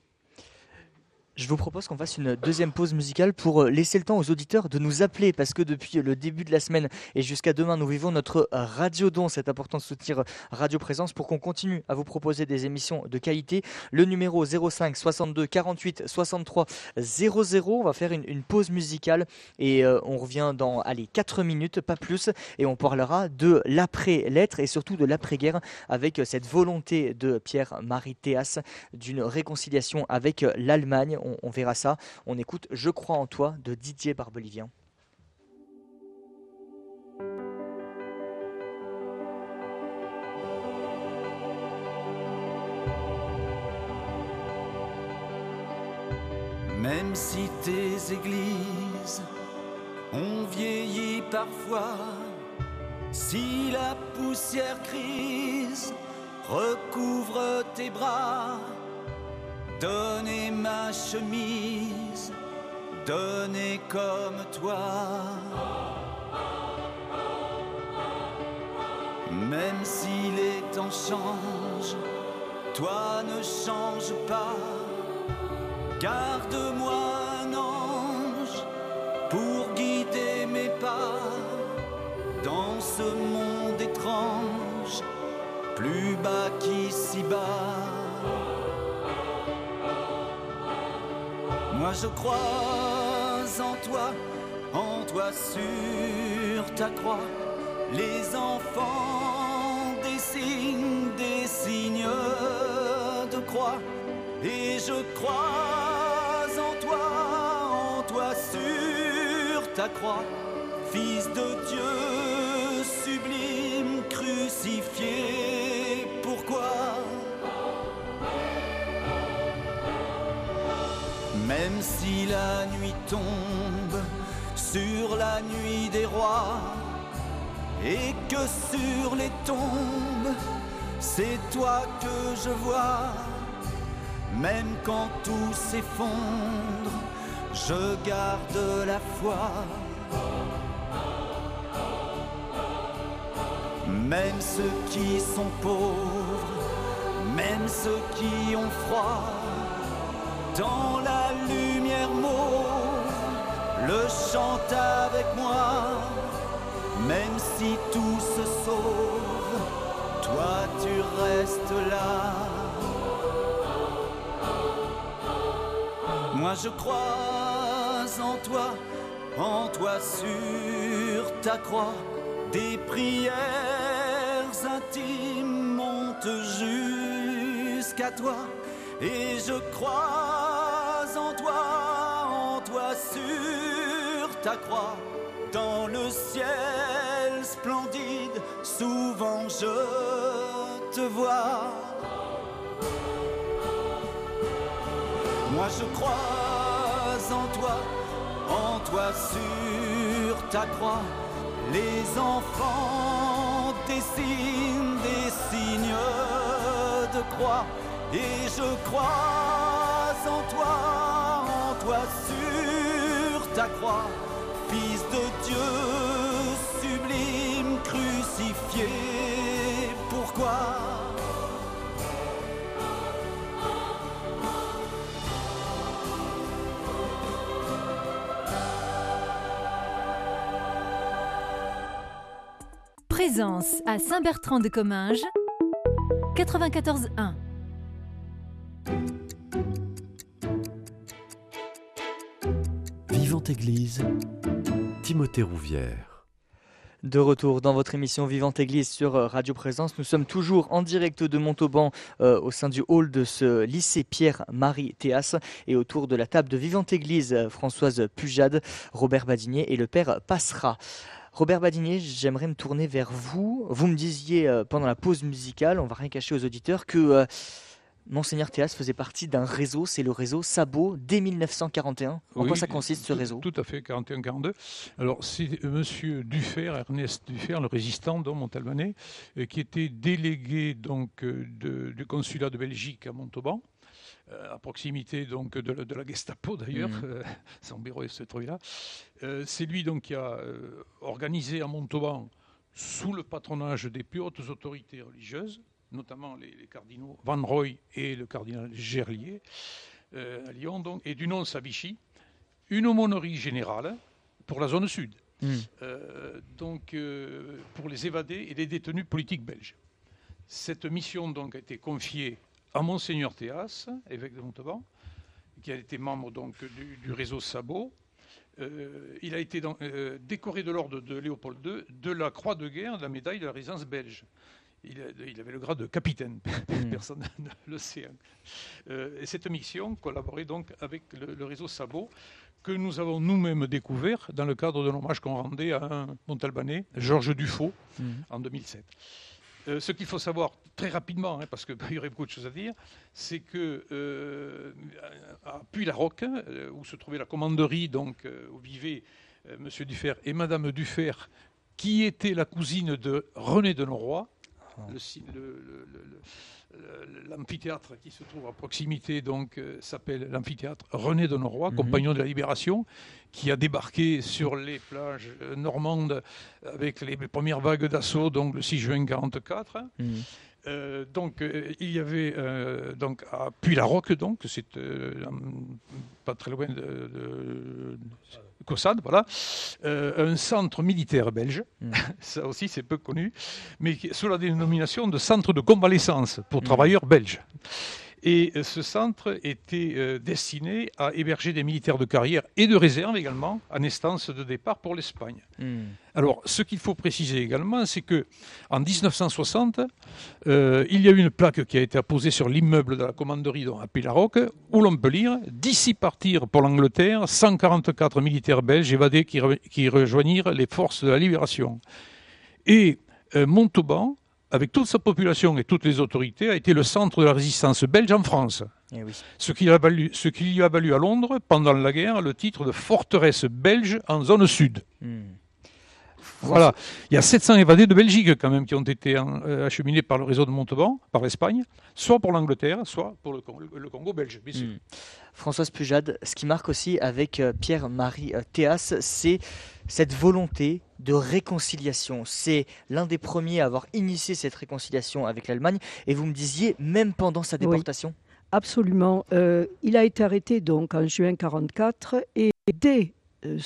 [SPEAKER 2] Je vous propose qu'on fasse une deuxième pause musicale pour euh, laisser le temps aux auditeurs de nous appeler parce que depuis le début de la semaine et jusqu'à demain, nous vivons notre Radio-Don. C'est important de soutenir Radio Présence pour qu'on continue à vous proposer des émissions de qualité. Le numéro zéro cinq soixante-deux quarante-huit soixante-trois zéro zéro. On va faire une, une pause musicale et euh, on revient dans allez, quatre minutes, pas plus. Et on parlera de l'après-lettre et surtout de l'après-guerre avec cette volonté de Pierre-Marie Théas d'une réconciliation avec l'Allemagne. On, on verra ça. On écoute Je crois en toi de Didier Barbelivien.
[SPEAKER 6] Même si tes églises ont vieilli parfois, si la poussière grise recouvre tes bras, donnez ma chemise, donnez comme toi. Même si les temps changent, toi ne change pas. Garde-moi un ange pour guider mes pas dans ce monde étrange, plus bas qu'ici-bas. Moi je crois en toi, en toi sur ta croix. Les enfants dessinent des signes de croix. Et je crois en toi, en toi sur ta croix, Fils de Dieu sublime, crucifié. Pourquoi? Même si la nuit tombe sur la nuit des rois, et que sur les tombes, c'est toi que je vois. Même quand tout s'effondre, je garde la foi. même ceux qui sont pauvres, même ceux qui ont froid, dans la lumière mauve, le chantent avec moi. Même si tout se sauve, toi tu restes là. Moi je crois en toi, en toi sur ta croix. Des prières intimes montent jusqu'à toi. Et je crois en toi, en toi sur ta croix. Dans le ciel splendide, souvent je te vois. Moi je crois en toi, en toi sur ta croix. Les enfants dessinent des signes de croix. Et je crois en toi, en toi sur ta croix. Fils de Dieu sublime, crucifié, pourquoi?
[SPEAKER 8] Présence à Saint-Bertrand-de-Comminges, quatre-vingt-quatorze un.
[SPEAKER 1] Vivante Église, Timothée Rouvière.
[SPEAKER 2] De retour dans votre émission Vivante Église sur Radio Présence. Nous sommes toujours en direct de Montauban euh, au sein du hall de ce lycée Pierre-Marie Théas et autour de la table de Vivante Église, Françoise Pujade, Robert Badinier et le père Passera. Robert Badinier, j'aimerais me tourner vers vous. Vous me disiez euh, pendant la pause musicale, on va rien cacher aux auditeurs, que euh, Monseigneur Théas faisait partie d'un réseau, c'est le réseau Sabot dès mille neuf cent quarante et un. En
[SPEAKER 7] Oui,
[SPEAKER 2] quoi ça consiste ce
[SPEAKER 7] tout,
[SPEAKER 2] réseau?
[SPEAKER 7] Tout à fait, quarante et un quarante-deux. Alors c'est Monsieur Dufer, Ernest Dufer, le résistant donc montalbanais, euh, qui était délégué donc euh, de, du consulat de Belgique à Montauban, euh, à proximité donc de la, de la Gestapo d'ailleurs, mmh. euh, son bureau se trouvait là. Euh, c'est lui donc qui a euh, organisé à Montauban, sous le patronage des plus hautes autorités religieuses, notamment les, les cardinaux Van Roy et le cardinal Gerlier, euh, à Lyon, donc, et du nonce à Vichy, une aumônerie générale pour la zone sud, mmh. euh, donc euh, pour les évadés et les détenus politiques belges. Cette mission donc a été confiée à Monseigneur Théas, évêque de Montauban, qui a été membre donc du, du réseau Sabot. Euh, il a été dans, euh, décoré de l'ordre de Léopold deux de la croix de guerre, de la médaille de la Résistance belge. Il, il avait le grade de capitaine, mmh. personne ne le sait. Euh, et cette mission collaborait donc avec le, le réseau Sabot, que nous avons nous-mêmes découvert dans le cadre de l'hommage qu'on rendait à un Montalbanais, Georges Dufaux, mmh. en deux mille sept. Euh, ce qu'il faut savoir très rapidement, hein, parce qu'il y aurait beaucoup de choses à dire, c'est que euh, à Puy-la-Roque, euh, où se trouvait la commanderie, donc euh, où vivaient euh, M. Dufer et Mme Dufer, qui était la cousine de René de Noroy, Le, le, le, l'amphithéâtre qui se trouve à proximité donc euh, s'appelle l'amphithéâtre René de Noroy, mmh. compagnon de la Libération, qui a débarqué sur les plages euh, normandes avec les, les premières vagues d'assaut, donc le six juin mille neuf cent quarante-quatre. Mmh. Euh, donc euh, il y avait euh, donc à Puy-la-Roque, donc c'est euh, pas très loin de, de Caussade, voilà, euh, un centre militaire belge, mmh. ça aussi c'est peu connu, mais sous la dénomination de centre de convalescence pour mmh. travailleurs belges. Et euh, ce centre était euh, destiné à héberger des militaires de carrière et de réserve également, en instance de départ pour l'Espagne. Mmh. Alors, ce qu'il faut préciser également, c'est qu'en dix-neuf cent soixante, euh, il y a eu une plaque qui a été apposée sur l'immeuble de la commanderie à Puy-la-Roque, où l'on peut lire « D'ici partirent pour l'Angleterre cent quarante-quatre militaires belges évadés qui, re- qui rejoignirent les forces de la Libération. » Et euh, Montauban, avec toute sa population et toutes les autorités, a été le centre de la résistance belge en France.
[SPEAKER 2] Eh oui.
[SPEAKER 7] Ce qui, a valu, ce qui lui a valu à Londres, pendant la guerre, le titre de forteresse belge en zone sud. Mmh. Voilà. Il y a sept cents évadés de Belgique quand même qui ont été euh, acheminés par le réseau de Montauban, par l'Espagne, soit pour l'Angleterre, soit pour le Congo, le Congo belge, bien sûr.
[SPEAKER 2] Mmh. Françoise Pujade, ce qui marque aussi avec euh, Pierre-Marie euh, Théas, c'est cette volonté de réconciliation. C'est l'un des premiers à avoir initié cette réconciliation avec l'Allemagne. Et vous me disiez, même pendant sa déportation ?
[SPEAKER 4] Oui, absolument. Euh, il a été arrêté donc en juin mille neuf cent quarante-quatre et dès euh,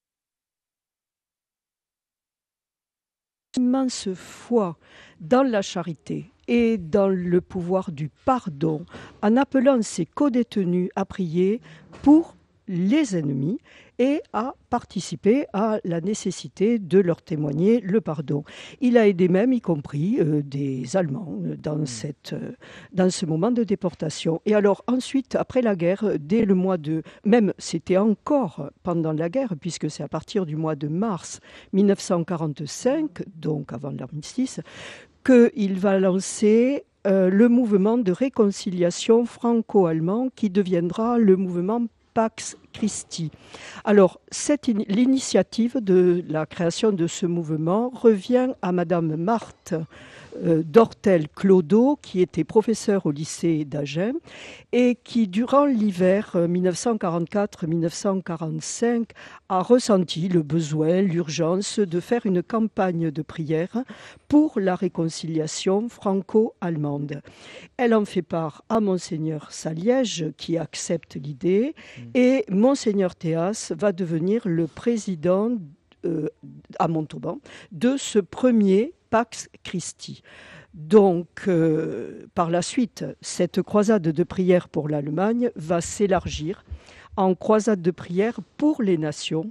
[SPEAKER 4] son immense foi dans la charité et dans le pouvoir du pardon, en appelant ses codétenus à prier pour les ennemis et à participer à la nécessité de leur témoigner le pardon. Il a aidé même, y compris euh, des Allemands, dans, cette, euh, dans ce moment de déportation. Et alors ensuite, après la guerre, dès le mois de... Même, c'était encore pendant la guerre, puisque c'est à partir du mois de mars mille neuf cent quarante-cinq, donc avant l'armistice, qu'il va lancer euh, le mouvement de réconciliation franco-allemand qui deviendra le mouvement Pax Christi. Alors, cette in- l'initiative de la création de ce mouvement revient à Madame Marthe euh, Dortel-Clodo, qui était professeure au lycée d'Agen et qui, durant l'hiver euh, mille neuf cent quarante-quatre mille neuf cent quarante-cinq, a ressenti le besoin, l'urgence de faire une campagne de prière pour la réconciliation franco-allemande. Elle en fait part à Monseigneur Saliège, qui accepte l'idée, et Monseigneur Théas va devenir le président euh, à Montauban de ce premier Pax Christi. Donc, euh, par la suite, cette croisade de prière pour l'Allemagne va s'élargir en croisade de prière pour les nations.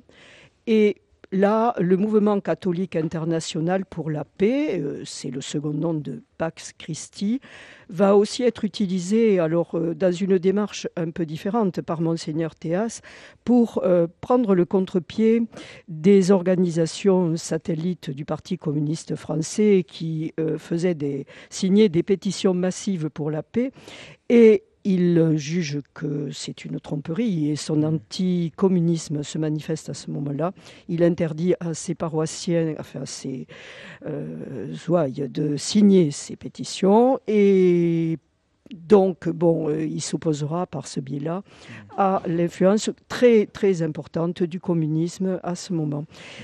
[SPEAKER 4] Et là, le mouvement catholique international pour la paix, euh, c'est le second nom de Pax Christi, va aussi être utilisé alors, euh, dans une démarche un peu différente par Monseigneur Théas pour euh, prendre le contre-pied des organisations satellites du Parti communiste français qui euh, faisaient des, signaient des pétitions massives pour la paix. Et il juge que c'est une tromperie et son anticommunisme se manifeste à ce moment-là. Il interdit à ses paroissiens, enfin à ses euh, ouailles, de signer ces pétitions et donc, bon, euh, il s'opposera par ce biais-là à l'influence très, très importante du communisme à ce moment.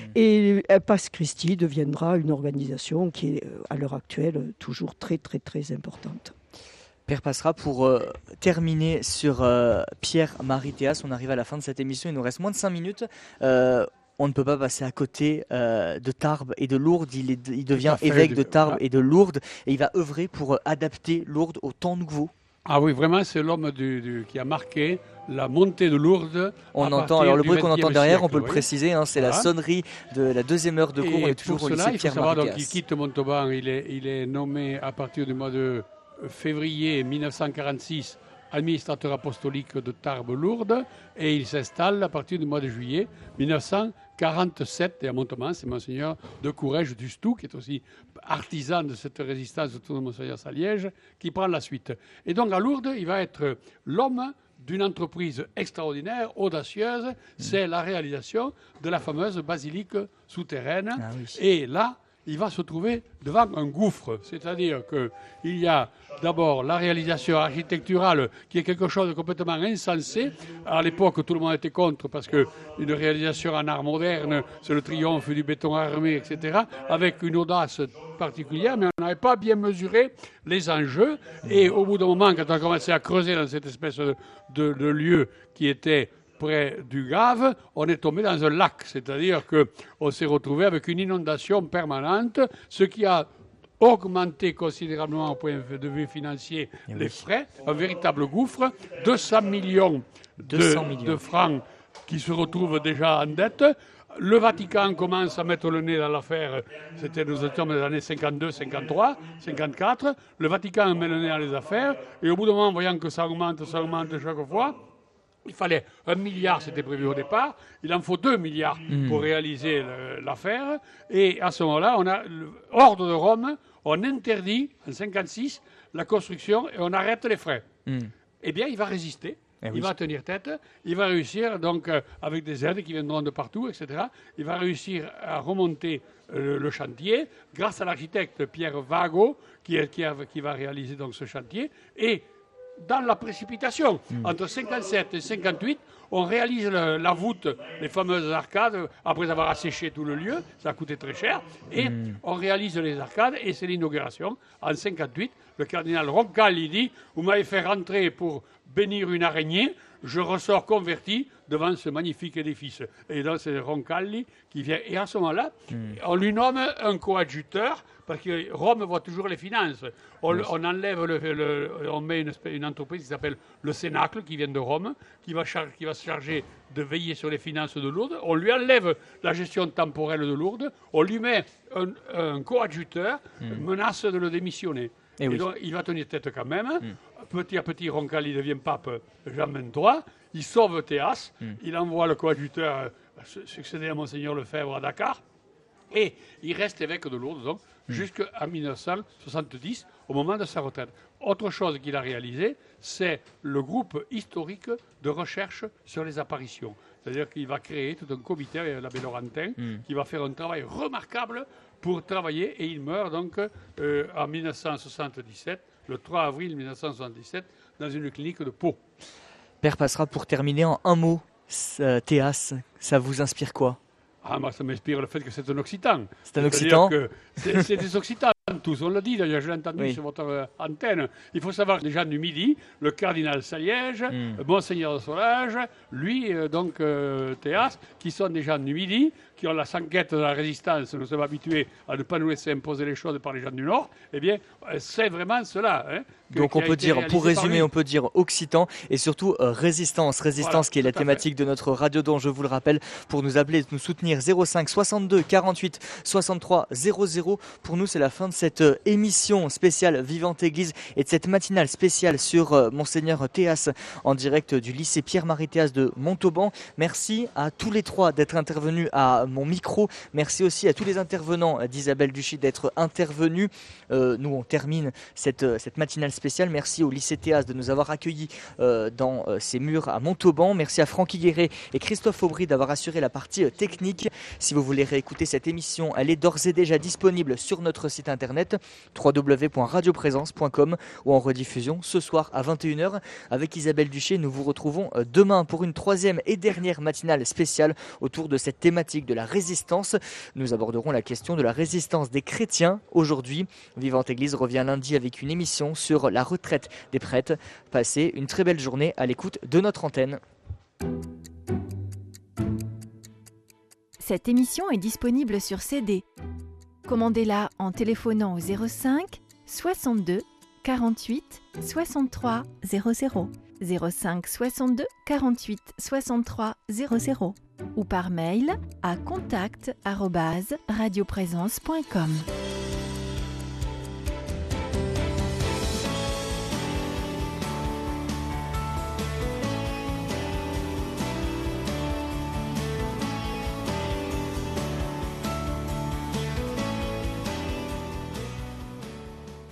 [SPEAKER 4] Et euh, Pax Christi deviendra une organisation qui est, à l'heure actuelle, toujours très, très, très importante.
[SPEAKER 2] Père Passera, pour euh, terminer sur euh, Pierre-Marie Théas, on arrive à la fin de cette émission, il nous reste moins de cinq minutes. Euh, on ne peut pas passer à côté euh, de Tarbes et de Lourdes. Il, est, il devient évêque de Tarbes et de Lourdes et il va œuvrer pour euh, adapter Lourdes au temps nouveau.
[SPEAKER 3] Ah oui, vraiment, c'est l'homme du, du, qui a marqué la montée de Lourdes.
[SPEAKER 2] On entend, alors le bruit qu'on entend derrière,
[SPEAKER 3] siècle,
[SPEAKER 2] on peut le
[SPEAKER 3] oui.
[SPEAKER 2] préciser, hein, c'est voilà. la sonnerie de la deuxième heure de cours.
[SPEAKER 3] Et
[SPEAKER 2] on est toujours
[SPEAKER 3] pour
[SPEAKER 2] au
[SPEAKER 3] cela,
[SPEAKER 2] lycée
[SPEAKER 3] il faut savoir
[SPEAKER 2] Pierre-Marie
[SPEAKER 3] donc, il
[SPEAKER 2] Théas.
[SPEAKER 3] quitte Montauban, il est, il est nommé à partir du mois de février mille neuf cent quarante-six administrateur apostolique de Tarbes-Lourdes et il s'installe à partir du mois de juillet mille neuf cent quarante-sept et à Montauban, c'est Monseigneur de Courrèges du Stoux, qui est aussi artisan de cette résistance autour de Monseigneur Saliège, qui prend la suite. Et donc à Lourdes, il va être l'homme d'une entreprise extraordinaire, audacieuse, mmh. c'est la réalisation de la fameuse basilique souterraine.
[SPEAKER 2] Ah oui.
[SPEAKER 3] Et là, il va se trouver devant un gouffre. C'est-à-dire qu'il y a d'abord la réalisation architecturale qui est quelque chose de complètement insensé. À l'époque, tout le monde était contre parce qu'une réalisation en art moderne, c'est le triomphe du béton armé, et cetera, avec une audace particulière, mais on n'avait pas bien mesuré les enjeux. Et au bout d'un moment, quand on a commencé à creuser dans cette espèce de, de, de lieu qui était près du Gave, on est tombé dans un lac, c'est-à-dire qu'on s'est retrouvé avec une inondation permanente, ce qui a augmenté considérablement au point de vue financier et les oui. frais, un véritable gouffre, deux cents millions de, deux cents millions de francs qui se retrouvent déjà en dette. Le Vatican commence à mettre le nez dans l'affaire, c'était nous étions dans les années cinquante-deux, cinquante-trois, cinquante-quatre, le Vatican met le nez dans les affaires, et au bout d'un moment, voyant que ça augmente, ça augmente chaque fois, il fallait un milliard, c'était prévu au départ. Il en faut deux milliards mmh. pour réaliser le, l'affaire. Et à ce moment-là, on a l'ordre de Rome, on interdit en cinquante-six la construction et on arrête les frais. Mmh. Eh bien, il va résister. Eh il oui. va tenir tête. Il va réussir, donc, euh, avec des aides qui viendront de partout, et cetera. Il va réussir à remonter euh, le chantier grâce à l'architecte Pierre Vago qui, est, qui, a, qui va réaliser donc ce chantier. Et dans la précipitation.
[SPEAKER 2] Mm.
[SPEAKER 3] Entre cinquante-sept et cinquante-huit, on réalise le- la voûte, les fameuses arcades, après avoir asséché tout le lieu, ça a coûté très cher, et
[SPEAKER 2] Mm.
[SPEAKER 3] on réalise les arcades, et c'est l'inauguration. En cinquante-huit, le cardinal Roncalli dit « Vous m'avez fait rentrer pour bénir une araignée, je ressors converti devant ce magnifique édifice. » Et donc c'est Roncalli qui vient. Et à ce moment-là,
[SPEAKER 2] Mm.
[SPEAKER 3] on lui nomme un coadjuteur, parce que Rome voit toujours les finances. On, le- on enlève, le, le- on met une, espèce- une entreprise qui s'appelle le Cénacle, qui vient de Rome, qui va, char- qui va se charger de veiller sur les finances de Lourdes. On lui enlève la gestion temporelle de Lourdes. On lui met un, un coadjuteur, menace de le démissionner.
[SPEAKER 2] Eh
[SPEAKER 3] Et
[SPEAKER 2] oui.
[SPEAKER 3] donc, il va tenir tête quand même. Petit à petit, Roncalli devient pape Jean vingt-trois. Il sauve Théas. Il envoie le coadjuteur euh, su- succéder à Monseigneur Lefebvre à Dakar. Et il reste évêque de Lourdes donc, jusqu'en mille neuf cent soixante-dix, au moment de sa retraite. Autre chose qu'il a réalisé, c'est le groupe historique de recherche sur les apparitions. C'est-à-dire qu'il va créer tout un comité avec l'abbé Laurentin qui va faire un travail remarquable pour travailler. Et il meurt donc euh, en mille neuf cent soixante-dix-sept, le trois avril mille neuf cent soixante-dix-sept, dans une clinique de Pau.
[SPEAKER 2] Père Passera, pour terminer en un mot, ce- Théas, ça vous inspire quoi?
[SPEAKER 3] Ah, moi, ça m'inspire le fait que c'est un Occitan.
[SPEAKER 2] C'est un
[SPEAKER 3] C'est-à-dire
[SPEAKER 2] Occitan
[SPEAKER 3] que C'est c'est des Occitans tous, on l'a dit d'ailleurs, je l'ai entendu
[SPEAKER 2] Oui.
[SPEAKER 3] sur votre euh, antenne. Il faut savoir que les gens du Midi, le cardinal Saliège,
[SPEAKER 2] Mm.
[SPEAKER 3] euh, Monseigneur de Solage, lui, euh, donc euh, Théas, qui sont des gens du Midi, qui ont la sanguette de la résistance, nous sommes habitués à ne pas nous laisser imposer les choses par les gens du Nord, eh bien, euh, c'est vraiment cela. Hein, que-
[SPEAKER 2] Donc
[SPEAKER 3] qui
[SPEAKER 2] on
[SPEAKER 3] a
[SPEAKER 2] peut
[SPEAKER 3] été
[SPEAKER 2] dire, pour
[SPEAKER 3] réalisé par
[SPEAKER 2] résumer,
[SPEAKER 3] lui.
[SPEAKER 2] on peut dire occitan et surtout euh, résistance. Résistance
[SPEAKER 3] Voilà,
[SPEAKER 2] qui est la
[SPEAKER 3] tout à fait.
[SPEAKER 2] thématique de notre radio dont je vous le rappelle pour nous appeler, nous soutenir zéro cinq soixante-deux quarante-huit soixante-trois zéro zéro. Pour nous, c'est la fin de cette euh, émission spéciale Vivante Église et de cette matinale spéciale sur euh, Monseigneur Théas en direct du lycée Pierre-Marie Théas de Montauban. Merci à tous les trois d'être intervenus à mon micro. Merci aussi à tous les intervenants d'Isabelle Duchy d'être intervenus. Euh, nous, on termine cette, euh, cette matinale spéciale. Merci au lycée Théas de nous avoir accueillis euh, dans euh, ces murs à Montauban. Merci à Francky Guéret et Christophe Aubry d'avoir assuré la partie euh, technique. Si vous voulez réécouter cette émission, elle est d'ores et déjà disponible sur notre site internet w w w point radio présence point com ou en rediffusion ce soir à vingt et une heures. Avec Isabelle Duché, nous vous retrouvons euh, demain pour une troisième et dernière matinale spéciale autour de cette thématique de la résistance. Nous aborderons la question de la résistance des chrétiens aujourd'hui. Vivante Église revient lundi avec une émission sur la retraite des prêtres. Passez une très belle journée à l'écoute de notre antenne.
[SPEAKER 8] Cette émission est disponible sur C D. Commandez-la en téléphonant au zéro cinq soixante-deux quarante-huit soixante-trois zéro zéro, zéro cinq soixante-deux quarante-huit soixante-trois zéro zéro ou par mail à contact arobase radioprésence point com.